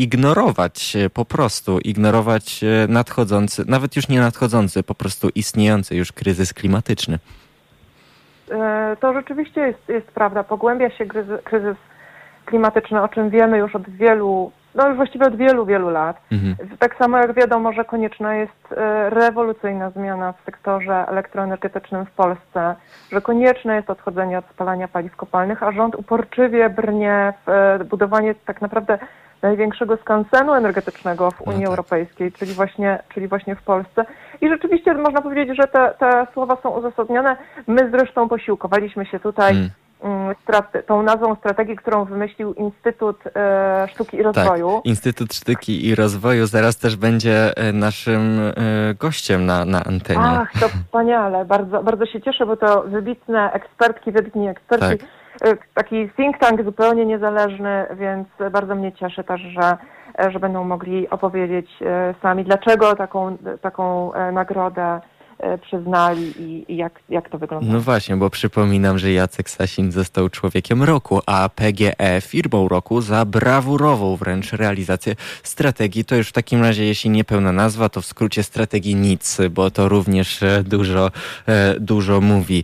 S2: ignorować nadchodzący, nawet już nie nadchodzący, po prostu istniejący już kryzys klimatyczny.
S6: To rzeczywiście jest prawda. Pogłębia się kryzys klimatyczny, o czym wiemy już od wielu lat. Tak samo jak wiadomo, że konieczna jest rewolucyjna zmiana w sektorze elektroenergetycznym w Polsce, że konieczne jest odchodzenie od spalania paliw kopalnych, a rząd uporczywie brnie w budowanie tak naprawdę największego skansenu energetycznego w Unii
S2: tak.
S6: Europejskiej, czyli właśnie w Polsce. I rzeczywiście można powiedzieć, że te słowa są uzasadnione. My zresztą posiłkowaliśmy się tutaj tą nazwą strategii, którą wymyślił Instytut Sztuki i Rozwoju.
S2: Tak, Instytut Sztuki i Rozwoju zaraz też będzie naszym gościem na antenie.
S6: Ach, to wspaniale. Bardzo, bardzo się cieszę, bo to wybitni eksperci. Tak. Taki think tank zupełnie niezależny, więc bardzo mnie cieszy też, że będą mogli opowiedzieć sami, dlaczego taką nagrodę przyznali i jak to wygląda.
S2: No właśnie, bo przypominam, że Jacek Sasin został człowiekiem roku, a PGE firmą roku za brawurową wręcz realizację strategii. To już w takim razie, jeśli nie pełna nazwa, to w skrócie strategii nic, bo to również dużo mówi.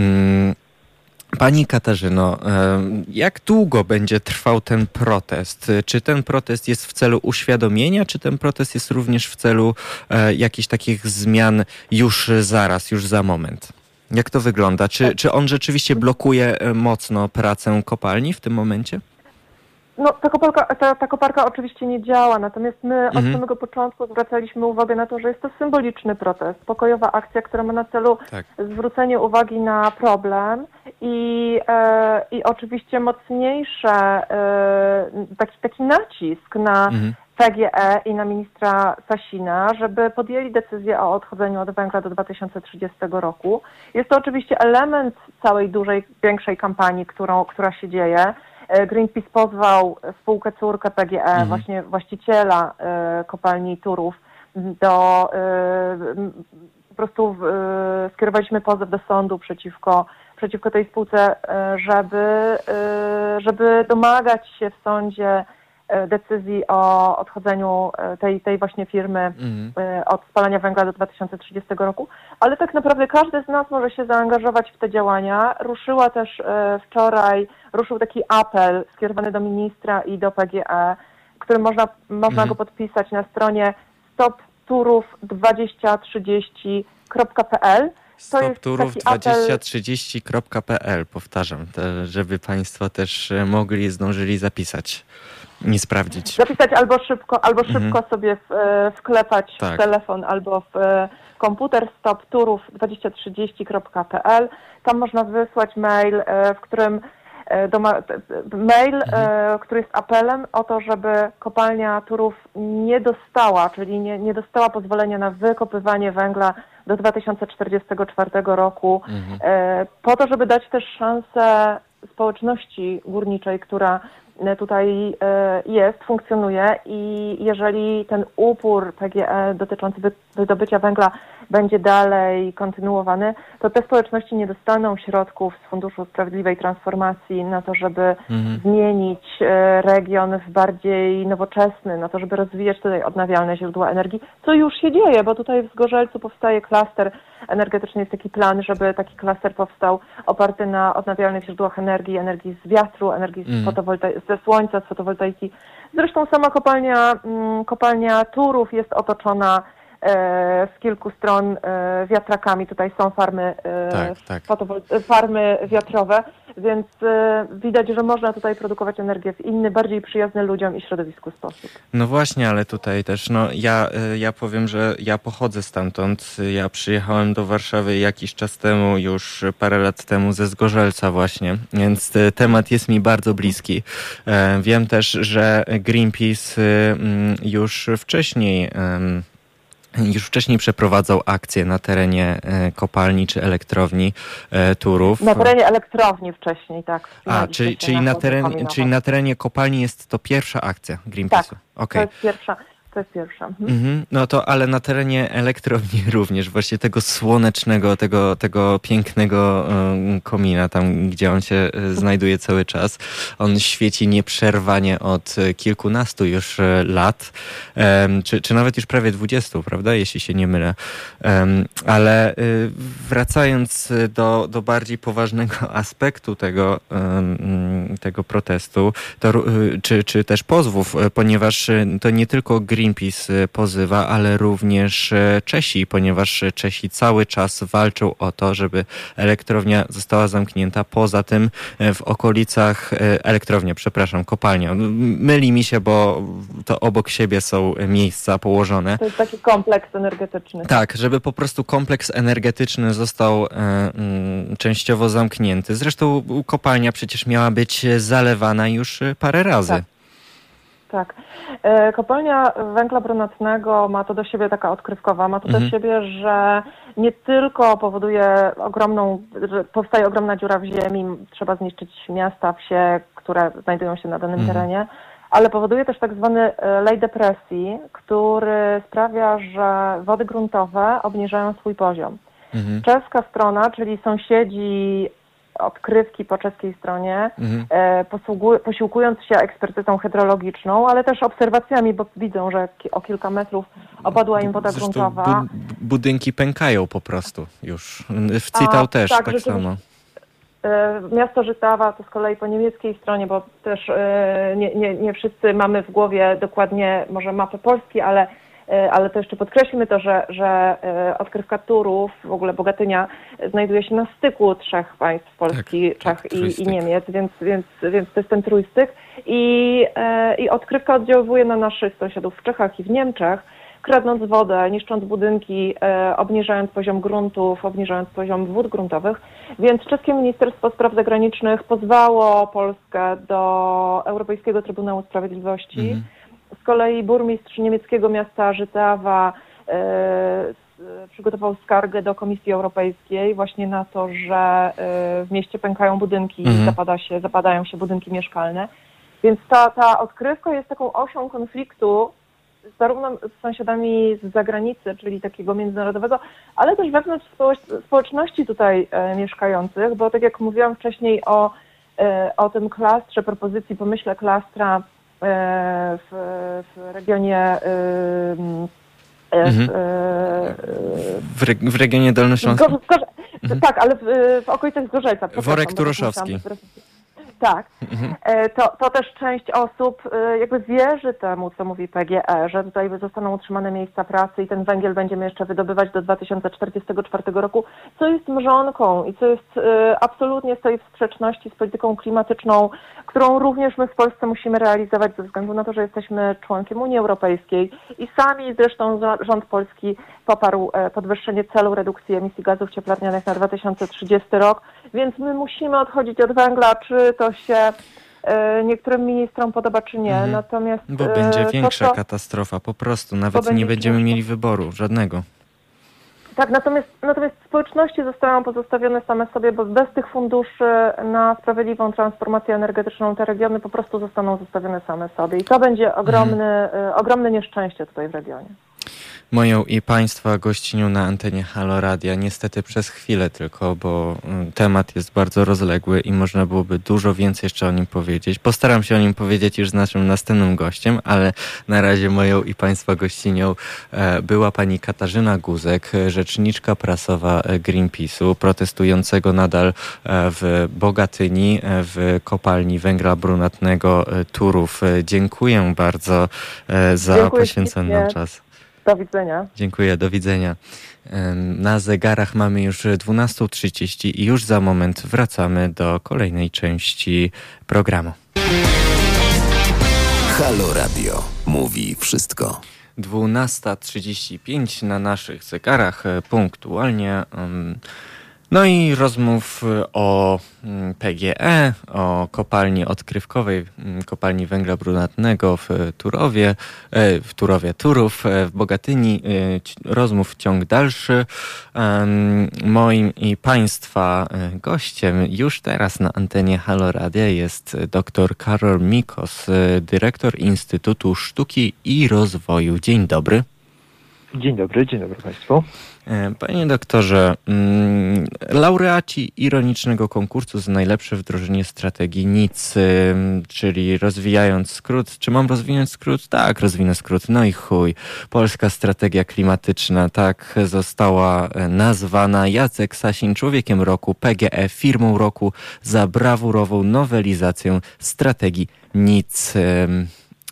S2: Pani Katarzyno, jak długo będzie trwał ten protest? Czy ten protest jest w celu uświadomienia, czy ten protest jest również w celu jakichś takich zmian już zaraz, już za moment? Jak to wygląda? Czy on rzeczywiście blokuje mocno pracę kopalni w tym momencie?
S6: No, ta koparka oczywiście nie działa, natomiast my od samego początku zwracaliśmy uwagę na to, że jest to symboliczny protest, pokojowa akcja, która ma na celu zwrócenie uwagi na problem i oczywiście mocniejsze taki nacisk na PGE i na ministra Sasina, żeby podjęli decyzję o odchodzeniu od węgla do 2030 roku. Jest to oczywiście element całej większej kampanii, która się dzieje. Greenpeace pozwał spółkę córkę PGE, właśnie właściciela kopalni Turów, po prostu skierowaliśmy pozew do sądu przeciwko tej spółce, żeby domagać się w sądzie decyzji o odchodzeniu tej właśnie firmy od spalania węgla do 2030 roku, ale tak naprawdę każdy z nas może się zaangażować w te działania. Ruszył taki apel skierowany do ministra i do PGE, który można go podpisać na stronie stopturów2030.pl.
S2: stopturów2030.pl, powtarzam, żeby Państwo też zdążyli zapisać i sprawdzić.
S6: Zapisać albo szybko sobie wklepać w telefon albo w komputer stopturów2030.pl. Tam można wysłać mail, w którym który jest apelem o to, żeby kopalnia Turów nie dostała pozwolenia na wykopywanie węgla do 2044 roku, po to, żeby dać też szansę społeczności górniczej, która tutaj funkcjonuje i jeżeli ten upór PGE dotyczący wydobycia węgla będzie dalej kontynuowany, to te społeczności nie dostaną środków z Funduszu Sprawiedliwej Transformacji na to, żeby zmienić region w bardziej nowoczesny, na to, żeby rozwijać tutaj odnawialne źródła energii, co już się dzieje, bo tutaj w Zgorzelcu powstaje klaster energetyczny, jest taki plan, żeby taki klaster powstał oparty na odnawialnych źródłach energii z wiatru, energii ze słońca, z fotowoltaiki. Zresztą sama kopalnia Turów jest otoczona z kilku stron wiatrakami. Tutaj są farmy wiatrowe, więc widać, że można tutaj produkować energię w inny, bardziej przyjazny ludziom i środowisku sposób.
S2: No właśnie, ale tutaj też, ja powiem, że ja pochodzę stamtąd. Ja przyjechałem do Warszawy jakiś czas temu, już parę lat temu ze Zgorzelca właśnie, więc temat jest mi bardzo bliski. Wiem też, że Greenpeace już wcześniej przeprowadzał akcję na terenie kopalni czy elektrowni Turów.
S6: Na terenie elektrowni wcześniej, tak.
S2: Czyli na terenie kopalni jest to pierwsza akcja Greenpeace'u?
S6: Tak,
S2: okay.
S6: To jest pierwsza.
S2: No to, ale na terenie elektrowni również, właśnie tego słonecznego, tego pięknego komina, tam gdzie on się znajduje cały czas. On świeci nieprzerwanie od kilkunastu już lat, czy nawet już prawie 20, prawda, jeśli się nie mylę. Ale wracając do bardziej poważnego aspektu tego protestu, czy też pozwów, ponieważ to nie tylko Greenpeace pozywa, ale również Czesi, ponieważ Czesi cały czas walczą o to, żeby elektrownia została zamknięta. Poza tym w okolicach kopalnia. Myli mi się, bo to obok siebie są miejsca położone.
S6: To jest taki kompleks energetyczny.
S2: Tak, żeby po prostu kompleks energetyczny został częściowo zamknięty. Zresztą kopalnia przecież miała być zalewana już parę razy.
S6: Tak. Kopalnia węgla brunatnego ma to do siebie, taka odkrywkowa, ma to do siebie, że nie tylko powoduje że powstaje ogromna dziura w ziemi, trzeba zniszczyć miasta, wsie, które znajdują się na danym terenie, ale powoduje też tak zwany lej depresji, który sprawia, że wody gruntowe obniżają swój poziom. Czeska strona, czyli sąsiedzi odkrywki po czeskiej stronie, posiłkując się ekspertyzą hydrologiczną, ale też obserwacjami, bo widzą, że o kilka metrów opadła im woda gruntowa.
S2: Budynki pękają po prostu już. W Zittau też tak samo.
S6: Miasto Żytawa to z kolei po niemieckiej stronie, bo też nie wszyscy mamy w głowie dokładnie może mapę Polski, ale to jeszcze podkreślmy to, że odkrywka Turów, w ogóle Bogatynia, znajduje się na styku trzech państw, Polski, Czech i Niemiec, więc to jest ten trójstyk. I odkrywka oddziaływuje na naszych sąsiadów w Czechach i w Niemczech, kradnąc wodę, niszcząc budynki, obniżając poziom gruntów, obniżając poziom wód gruntowych. Więc czeskie Ministerstwo Spraw Zagranicznych pozwało Polskę do Europejskiego Trybunału Sprawiedliwości. Z kolei burmistrz niemieckiego miasta Żytawa przygotował skargę do Komisji Europejskiej właśnie na to, że w mieście pękają budynki i zapadają się budynki mieszkalne. Więc ta odkrywka jest taką osią konfliktu zarówno z sąsiadami z zagranicy, czyli takiego międzynarodowego, ale też wewnątrz społeczności tutaj mieszkających, bo tak jak mówiłam wcześniej o tym klastrze, propozycji pomyśle klastra w regionie
S2: w regionie dolnośląskim.
S6: Tak, ale w okolicach Zgorzelca.
S2: Worek Turoszowski.
S6: Tak. To też część osób jakby wierzy temu, co mówi PGE, że tutaj zostaną utrzymane miejsca pracy i ten węgiel będziemy jeszcze wydobywać do 2044 roku, co jest mrzonką i co jest absolutnie stoi w sprzeczności z polityką klimatyczną, którą również my w Polsce musimy realizować ze względu na to, że jesteśmy członkiem Unii Europejskiej i sami zresztą rząd polski poparł podwyższenie celu redukcji emisji gazów cieplarnianych na 2030 rok, więc my musimy odchodzić od węgla, czy to się niektórym ministrom podoba, czy nie. Natomiast
S2: bo będzie większa katastrofa po prostu, nawet nie będziemy mieli wyboru żadnego.
S6: Tak, natomiast społeczności zostają pozostawione same sobie, bo bez tych funduszy na sprawiedliwą transformację energetyczną te regiony po prostu zostaną zostawione same sobie i to będzie ogromne nieszczęście tutaj w regionie.
S2: Moją i Państwa gościnią na antenie Halo Radia, niestety przez chwilę tylko, bo temat jest bardzo rozległy i można byłoby dużo więcej jeszcze o nim powiedzieć. Postaram się o nim powiedzieć już z naszym następnym gościem, ale na razie moją i Państwa gościnią była pani Katarzyna Guzek, rzeczniczka prasowa Greenpeace'u, protestującego nadal w Bogatyni, w kopalni węgla brunatnego Turów. Dziękuję bardzo za poświęcony nam czas.
S6: Do widzenia.
S2: Dziękuję, do widzenia. Na zegarach mamy już 12:30 i już za moment wracamy do kolejnej części programu.
S1: Halo Radio mówi wszystko.
S2: 12:35 na naszych zegarach punktualnie. No i rozmów o PGE, o kopalni odkrywkowej, kopalni węgla brunatnego w Turów, w Bogatyni. Rozmów ciąg dalszy. Moim i Państwa gościem już teraz na antenie Halo Radia jest dr Karol Mikos, dyrektor Instytutu Sztuki i Rozwoju. Dzień dobry.
S7: Dzień dobry Państwu.
S2: Panie doktorze, laureaci ironicznego konkursu za najlepsze wdrożenie strategii NIC, czyli rozwijając skrót. Czy mam rozwinąć skrót? Tak, rozwinę skrót. No i chuj. Polska strategia klimatyczna, tak została nazwana. Jacek Sasin, człowiekiem roku, PGE, firmą roku za brawurową nowelizację strategii NIC.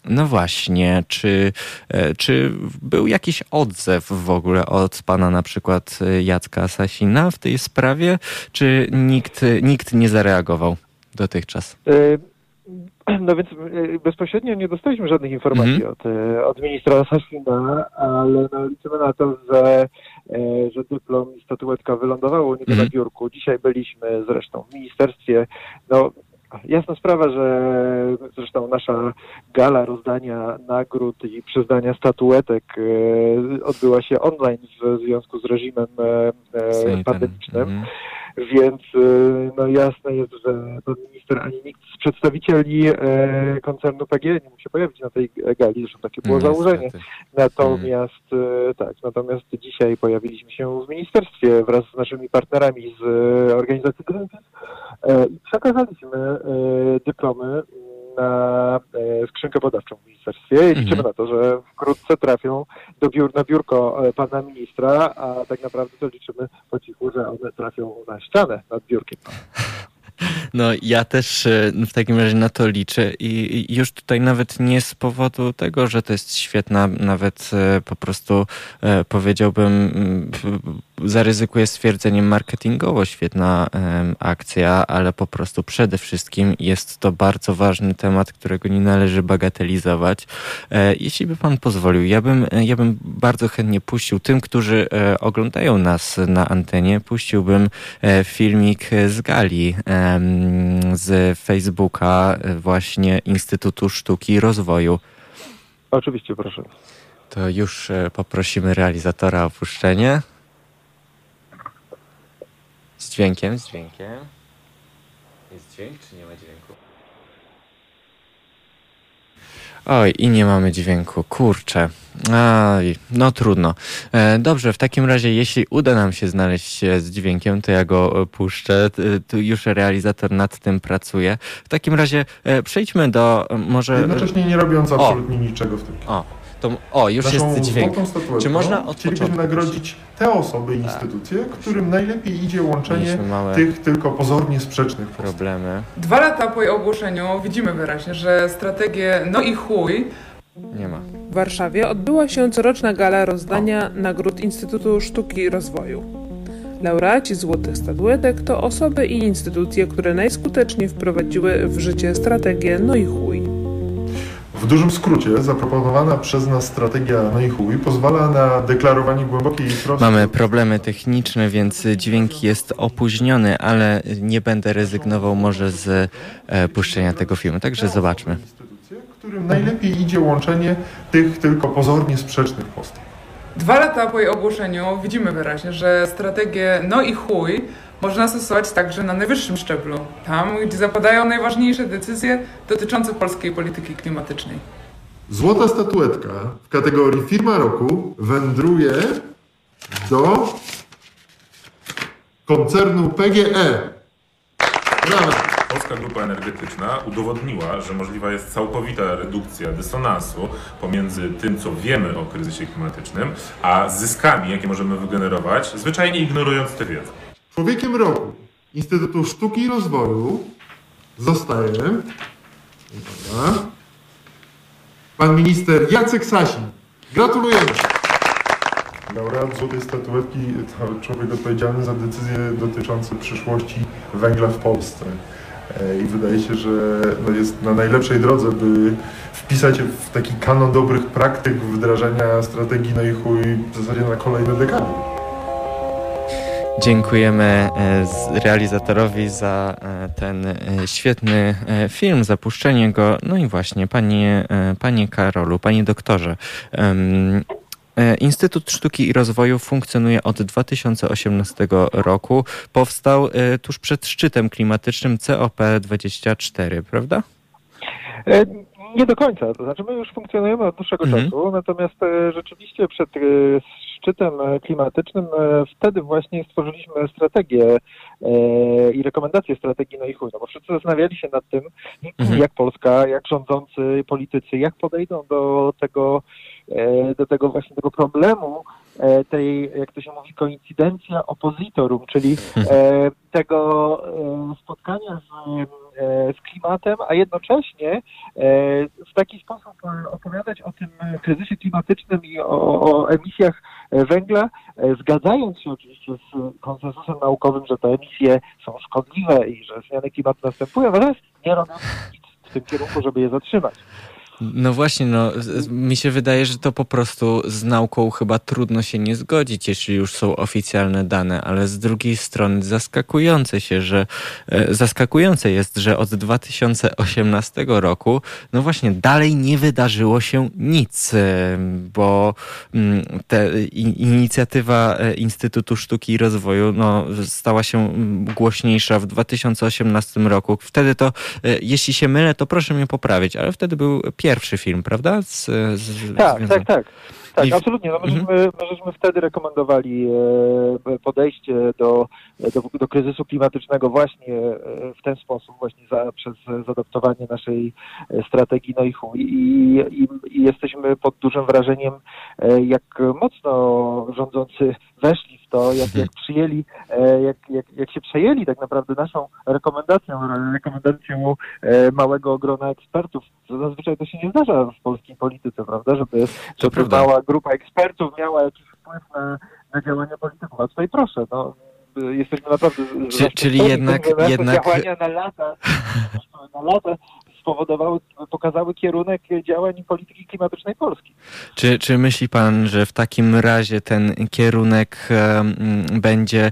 S2: No właśnie, czy był jakiś odzew w ogóle od pana na przykład Jacka Sasina w tej sprawie, czy nikt nie zareagował dotychczas?
S7: No więc bezpośrednio nie dostaliśmy żadnych informacji od ministra Sasina, ale no, liczymy na to, że dyplom i statuetka wylądowało u niego na biurku. Dzisiaj byliśmy zresztą w ministerstwie. No, jasna sprawa, że zresztą nasza gala rozdania nagród i przyznania statuetek odbyła się online w związku z reżimem pandemicznym. Więc no jasne jest, że pan minister ani nikt z przedstawicieli koncernu PGE nie mógł się pojawić na tej gali, zresztą takie było założenie. Natomiast dzisiaj pojawiliśmy się w ministerstwie wraz z naszymi partnerami z organizacji Greenpeace i przekazaliśmy dyplomy na skrzynkę podawczą w ministerstwie i liczymy na to, że wkrótce trafią na biurko pana ministra, a tak naprawdę to liczymy po cichu, że one trafią na ścianę nad biurkiem.
S2: No ja też w takim razie na to liczę i już tutaj nawet nie z powodu tego, że to jest świetna, nawet po prostu powiedziałbym, zaryzykuję stwierdzeniem marketingowo świetna akcja, ale po prostu przede wszystkim jest to bardzo ważny temat, którego nie należy bagatelizować. Jeśli by pan pozwolił, ja bym bardzo chętnie puścił tym, którzy oglądają nas na antenie, puściłbym filmik z gali z Facebooka właśnie Instytutu Sztuki i Rozwoju.
S7: Oczywiście, proszę.
S2: To już poprosimy realizatora o opuszczenie. Z dźwiękiem. Jest dźwięk, czy nie ma dźwięku? Oj, i nie mamy dźwięku, kurczę. No trudno. Dobrze, w takim razie, jeśli uda nam się znaleźć z dźwiękiem, to ja go puszczę. Tu już realizator nad tym pracuje. W takim razie przejdźmy do może...
S8: Jednocześnie nie robiąc absolutnie niczego w tym.
S2: Już jest dźwięk. Czy można
S8: chcielibyśmy nagrodzić te osoby i instytucje, którym najlepiej idzie łączenie tych tylko pozornie sprzecznych
S2: problemy.
S9: 2 lata po jej ogłoszeniu widzimy wyraźnie, że strategię no i chuj
S2: nie ma.
S10: W Warszawie odbyła się coroczna gala rozdania nagród Instytutu Sztuki i Rozwoju. Laureaci złotych statuetek to osoby i instytucje, które najskuteczniej wprowadziły w życie strategię no i chuj.
S8: W dużym skrócie zaproponowana przez nas strategia no i chuj pozwala na deklarowanie głębokiej troski.
S2: Mamy problemy techniczne, więc dźwięk jest opóźniony, ale nie będę rezygnował może z puszczenia tego filmu, także zobaczmy.
S8: Którym najlepiej idzie łączenie tych tylko pozornie sprzecznych postaw.
S9: 2 lata po jej ogłoszeniu widzimy wyraźnie, że strategię no i chuj można stosować także na najwyższym szczeblu, tam gdzie zapadają najważniejsze decyzje dotyczące polskiej polityki klimatycznej.
S8: Złota statuetka w kategorii Firma Roku wędruje do koncernu PGE. Brawo!
S11: Polska Grupa Energetyczna udowodniła, że możliwa jest całkowita redukcja dysonansu pomiędzy tym, co wiemy o kryzysie klimatycznym, a zyskami, jakie możemy wygenerować, zwyczajnie ignorując tę wiedzę.
S8: Człowiekiem Roku Instytutu Sztuki i Rozwoju zostaje pan minister Jacek Sasin. Gratulujemy! Laureat złotej statuetki to człowiek odpowiedzialny za decyzje dotyczące przyszłości węgla w Polsce. I wydaje się, że jest na najlepszej drodze, by wpisać się w taki kanon dobrych praktyk wdrażania strategii no i chuj w zasadzie na kolejne dekady.
S2: Dziękujemy realizatorowi za ten świetny film, za puszczenie go. No i właśnie, panie Karolu, panie doktorze, Instytut Sztuki i Rozwoju funkcjonuje od 2018 roku. Powstał tuż przed szczytem klimatycznym COP24, prawda?
S7: Nie do końca. To znaczy my już funkcjonujemy od dłuższego czasu, natomiast rzeczywiście przed szczytem klimatycznym wtedy właśnie stworzyliśmy strategię i rekomendacje strategii no i chuj. No bo wszyscy zastanawiali się nad tym, jak Polska, jak rządzący politycy, jak podejdą do tego właśnie tego problemu tej, jak to się mówi, koincydencja oppositorum, czyli tego spotkania z klimatem, a jednocześnie w taki sposób opowiadać o tym kryzysie klimatycznym i o emisjach węgla, zgadzając się oczywiście z konsensusem naukowym, że te emisje są szkodliwe i że zmiany klimatu następują, natomiast nie robią nic w tym kierunku, żeby je zatrzymać.
S2: No właśnie, mi się wydaje, że to po prostu z nauką chyba trudno się nie zgodzić, jeśli już są oficjalne dane, ale z drugiej strony zaskakujące jest, że od 2018 roku, no właśnie, dalej nie wydarzyło się nic, bo inicjatywa Instytutu Sztuki i Rozwoju stała się głośniejsza w 2018 roku. Wtedy to, jeśli się mylę, to proszę mnie poprawić, ale wtedy był pierwszy film, prawda?
S7: Tak, absolutnie. No my żeśmy wtedy rekomendowali podejście do kryzysu klimatycznego właśnie w ten sposób, właśnie przez zaadaptowanie naszej strategii No i chuj. I jesteśmy pod dużym wrażeniem, jak mocno rządzący weszli w to, jak przyjęli, jak się przejęli tak naprawdę naszą rekomendacją małego grona ekspertów. Zazwyczaj to się nie zdarza w polskiej polityce, prawda, żeby mała grupa ekspertów miała jakiś wpływ na działania polityków. A tutaj proszę, jesteśmy naprawdę...
S2: Czyli jednak...
S7: Działania na lata pokazały kierunek działań polityki klimatycznej Polski.
S2: Czy myśli pan, że w takim razie ten kierunek będzie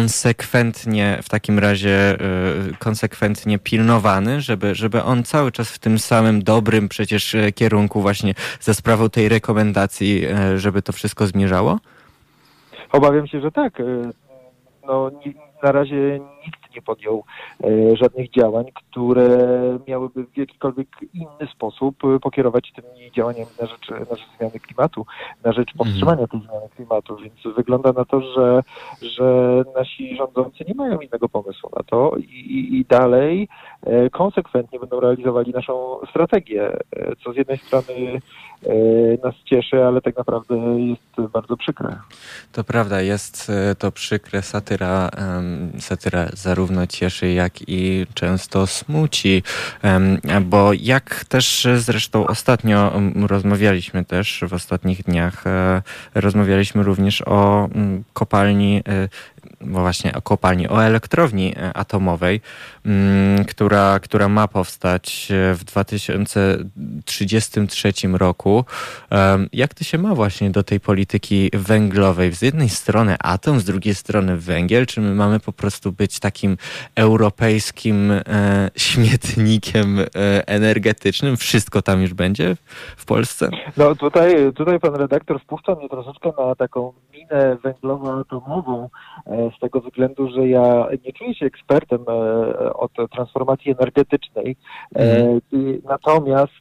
S2: konsekwentnie pilnowany, żeby on cały czas w tym samym dobrym przecież kierunku właśnie za sprawą tej rekomendacji, żeby to wszystko zmierzało?
S7: Obawiam się, że tak. Na razie nikt nie podjął żadnych działań, które miałyby w jakikolwiek inny sposób pokierować tymi działaniami na rzecz zmiany klimatu, na rzecz powstrzymania tej zmiany klimatu, więc wygląda na to, że nasi rządzący nie mają innego pomysłu na to i dalej konsekwentnie będą realizowali naszą strategię, co z jednej strony nas cieszy, ale tak naprawdę jest bardzo przykre.
S2: To prawda, jest to przykre, satyra zarówno cieszy, jak i często smuci, bo jak też zresztą ostatnio rozmawialiśmy też w ostatnich dniach, rozmawialiśmy również o kopalni, o elektrowni atomowej, która ma powstać w 2033 roku. Jak to się ma właśnie do tej polityki węglowej? Z jednej strony atom, z drugiej strony węgiel. Czy my mamy po prostu być takim europejskim śmietnikiem energetycznym? Wszystko tam już będzie w Polsce?
S7: No tutaj pan redaktor wpuszcza mnie troszeczkę na taką minę węglowo-atomową, z tego względu, że ja nie czuję się ekspertem od transformacji energetycznej, natomiast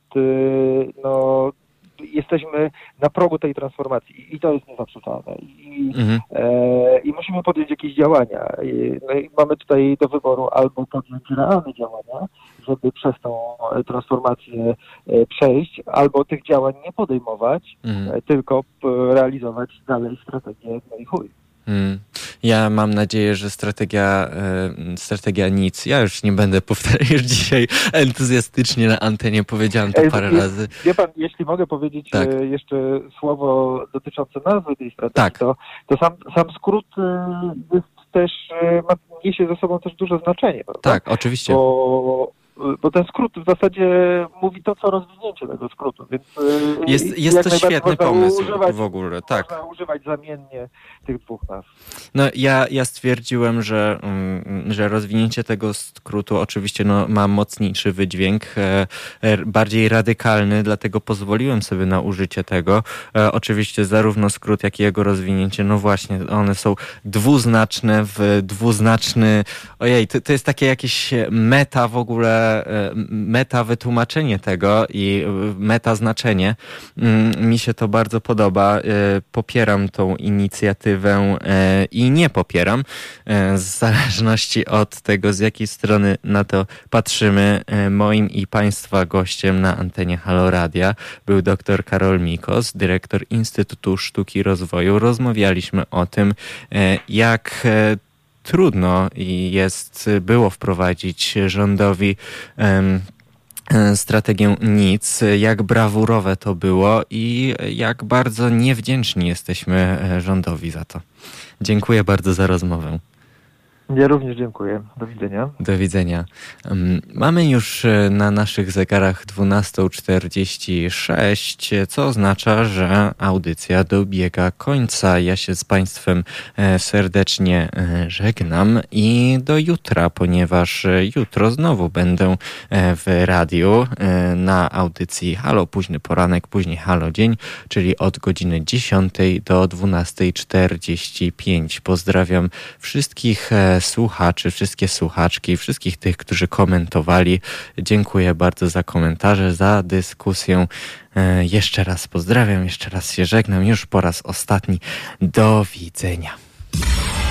S7: jesteśmy na progu tej transformacji i to jest niezaprzeczalne. I musimy podjąć jakieś działania. I mamy tutaj do wyboru albo podjąć realne działania, żeby przez tą transformację przejść, albo tych działań nie podejmować, tylko realizować dalej strategię No i chuj.
S2: Ja mam nadzieję, że strategia nic. Ja już nie będę powtarzał, już dzisiaj entuzjastycznie na antenie powiedziałem to parę razy.
S7: Wie pan, jeśli mogę powiedzieć jeszcze słowo dotyczące nazwy tej strategii, to sam skrót jest też, niesie ze sobą też duże znaczenie. Prawda?
S2: Tak, oczywiście.
S7: Bo ten skrót w zasadzie mówi to, co rozwinięcie tego skrótu, więc
S2: jest to świetny pomysł w ogóle. Tak.
S7: Można używać zamiennie tych dwóch nazw.
S2: No ja stwierdziłem, że rozwinięcie tego skrótu oczywiście ma mocniejszy wydźwięk, bardziej radykalny, dlatego pozwoliłem sobie na użycie tego. Oczywiście zarówno skrót, jak i jego rozwinięcie, no właśnie, one są dwuznaczne w dwuznaczny... Ojej, to jest takie jakieś meta w ogóle, meta wytłumaczenie tego i meta znaczenie. Mi się to bardzo podoba. Popieram tą inicjatywę i nie popieram, w zależności od tego, z jakiej strony na to patrzymy. Moim i Państwa gościem na antenie Halo Radia był dr Karol Mikos, dyrektor Instytutu Sztuki i Rozwoju. Rozmawialiśmy o tym, jak trudno było wprowadzić rządowi strategię nic, jak brawurowe to było i jak bardzo niewdzięczni jesteśmy rządowi za to. Dziękuję bardzo za rozmowę.
S7: Ja również dziękuję. Do widzenia.
S2: Do widzenia. Mamy już na naszych zegarach 12:46, co oznacza, że audycja dobiega końca. Ja się z Państwem serdecznie żegnam i do jutra, ponieważ jutro znowu będę w radiu na audycji Halo Późny Poranek, później Halo Dzień, czyli od godziny 10 do 12:45. Pozdrawiam wszystkich słuchaczy, wszystkie słuchaczki, wszystkich tych, którzy komentowali. Dziękuję bardzo za komentarze, za dyskusję. Jeszcze raz pozdrawiam, jeszcze raz się żegnam, już po raz ostatni. Do widzenia.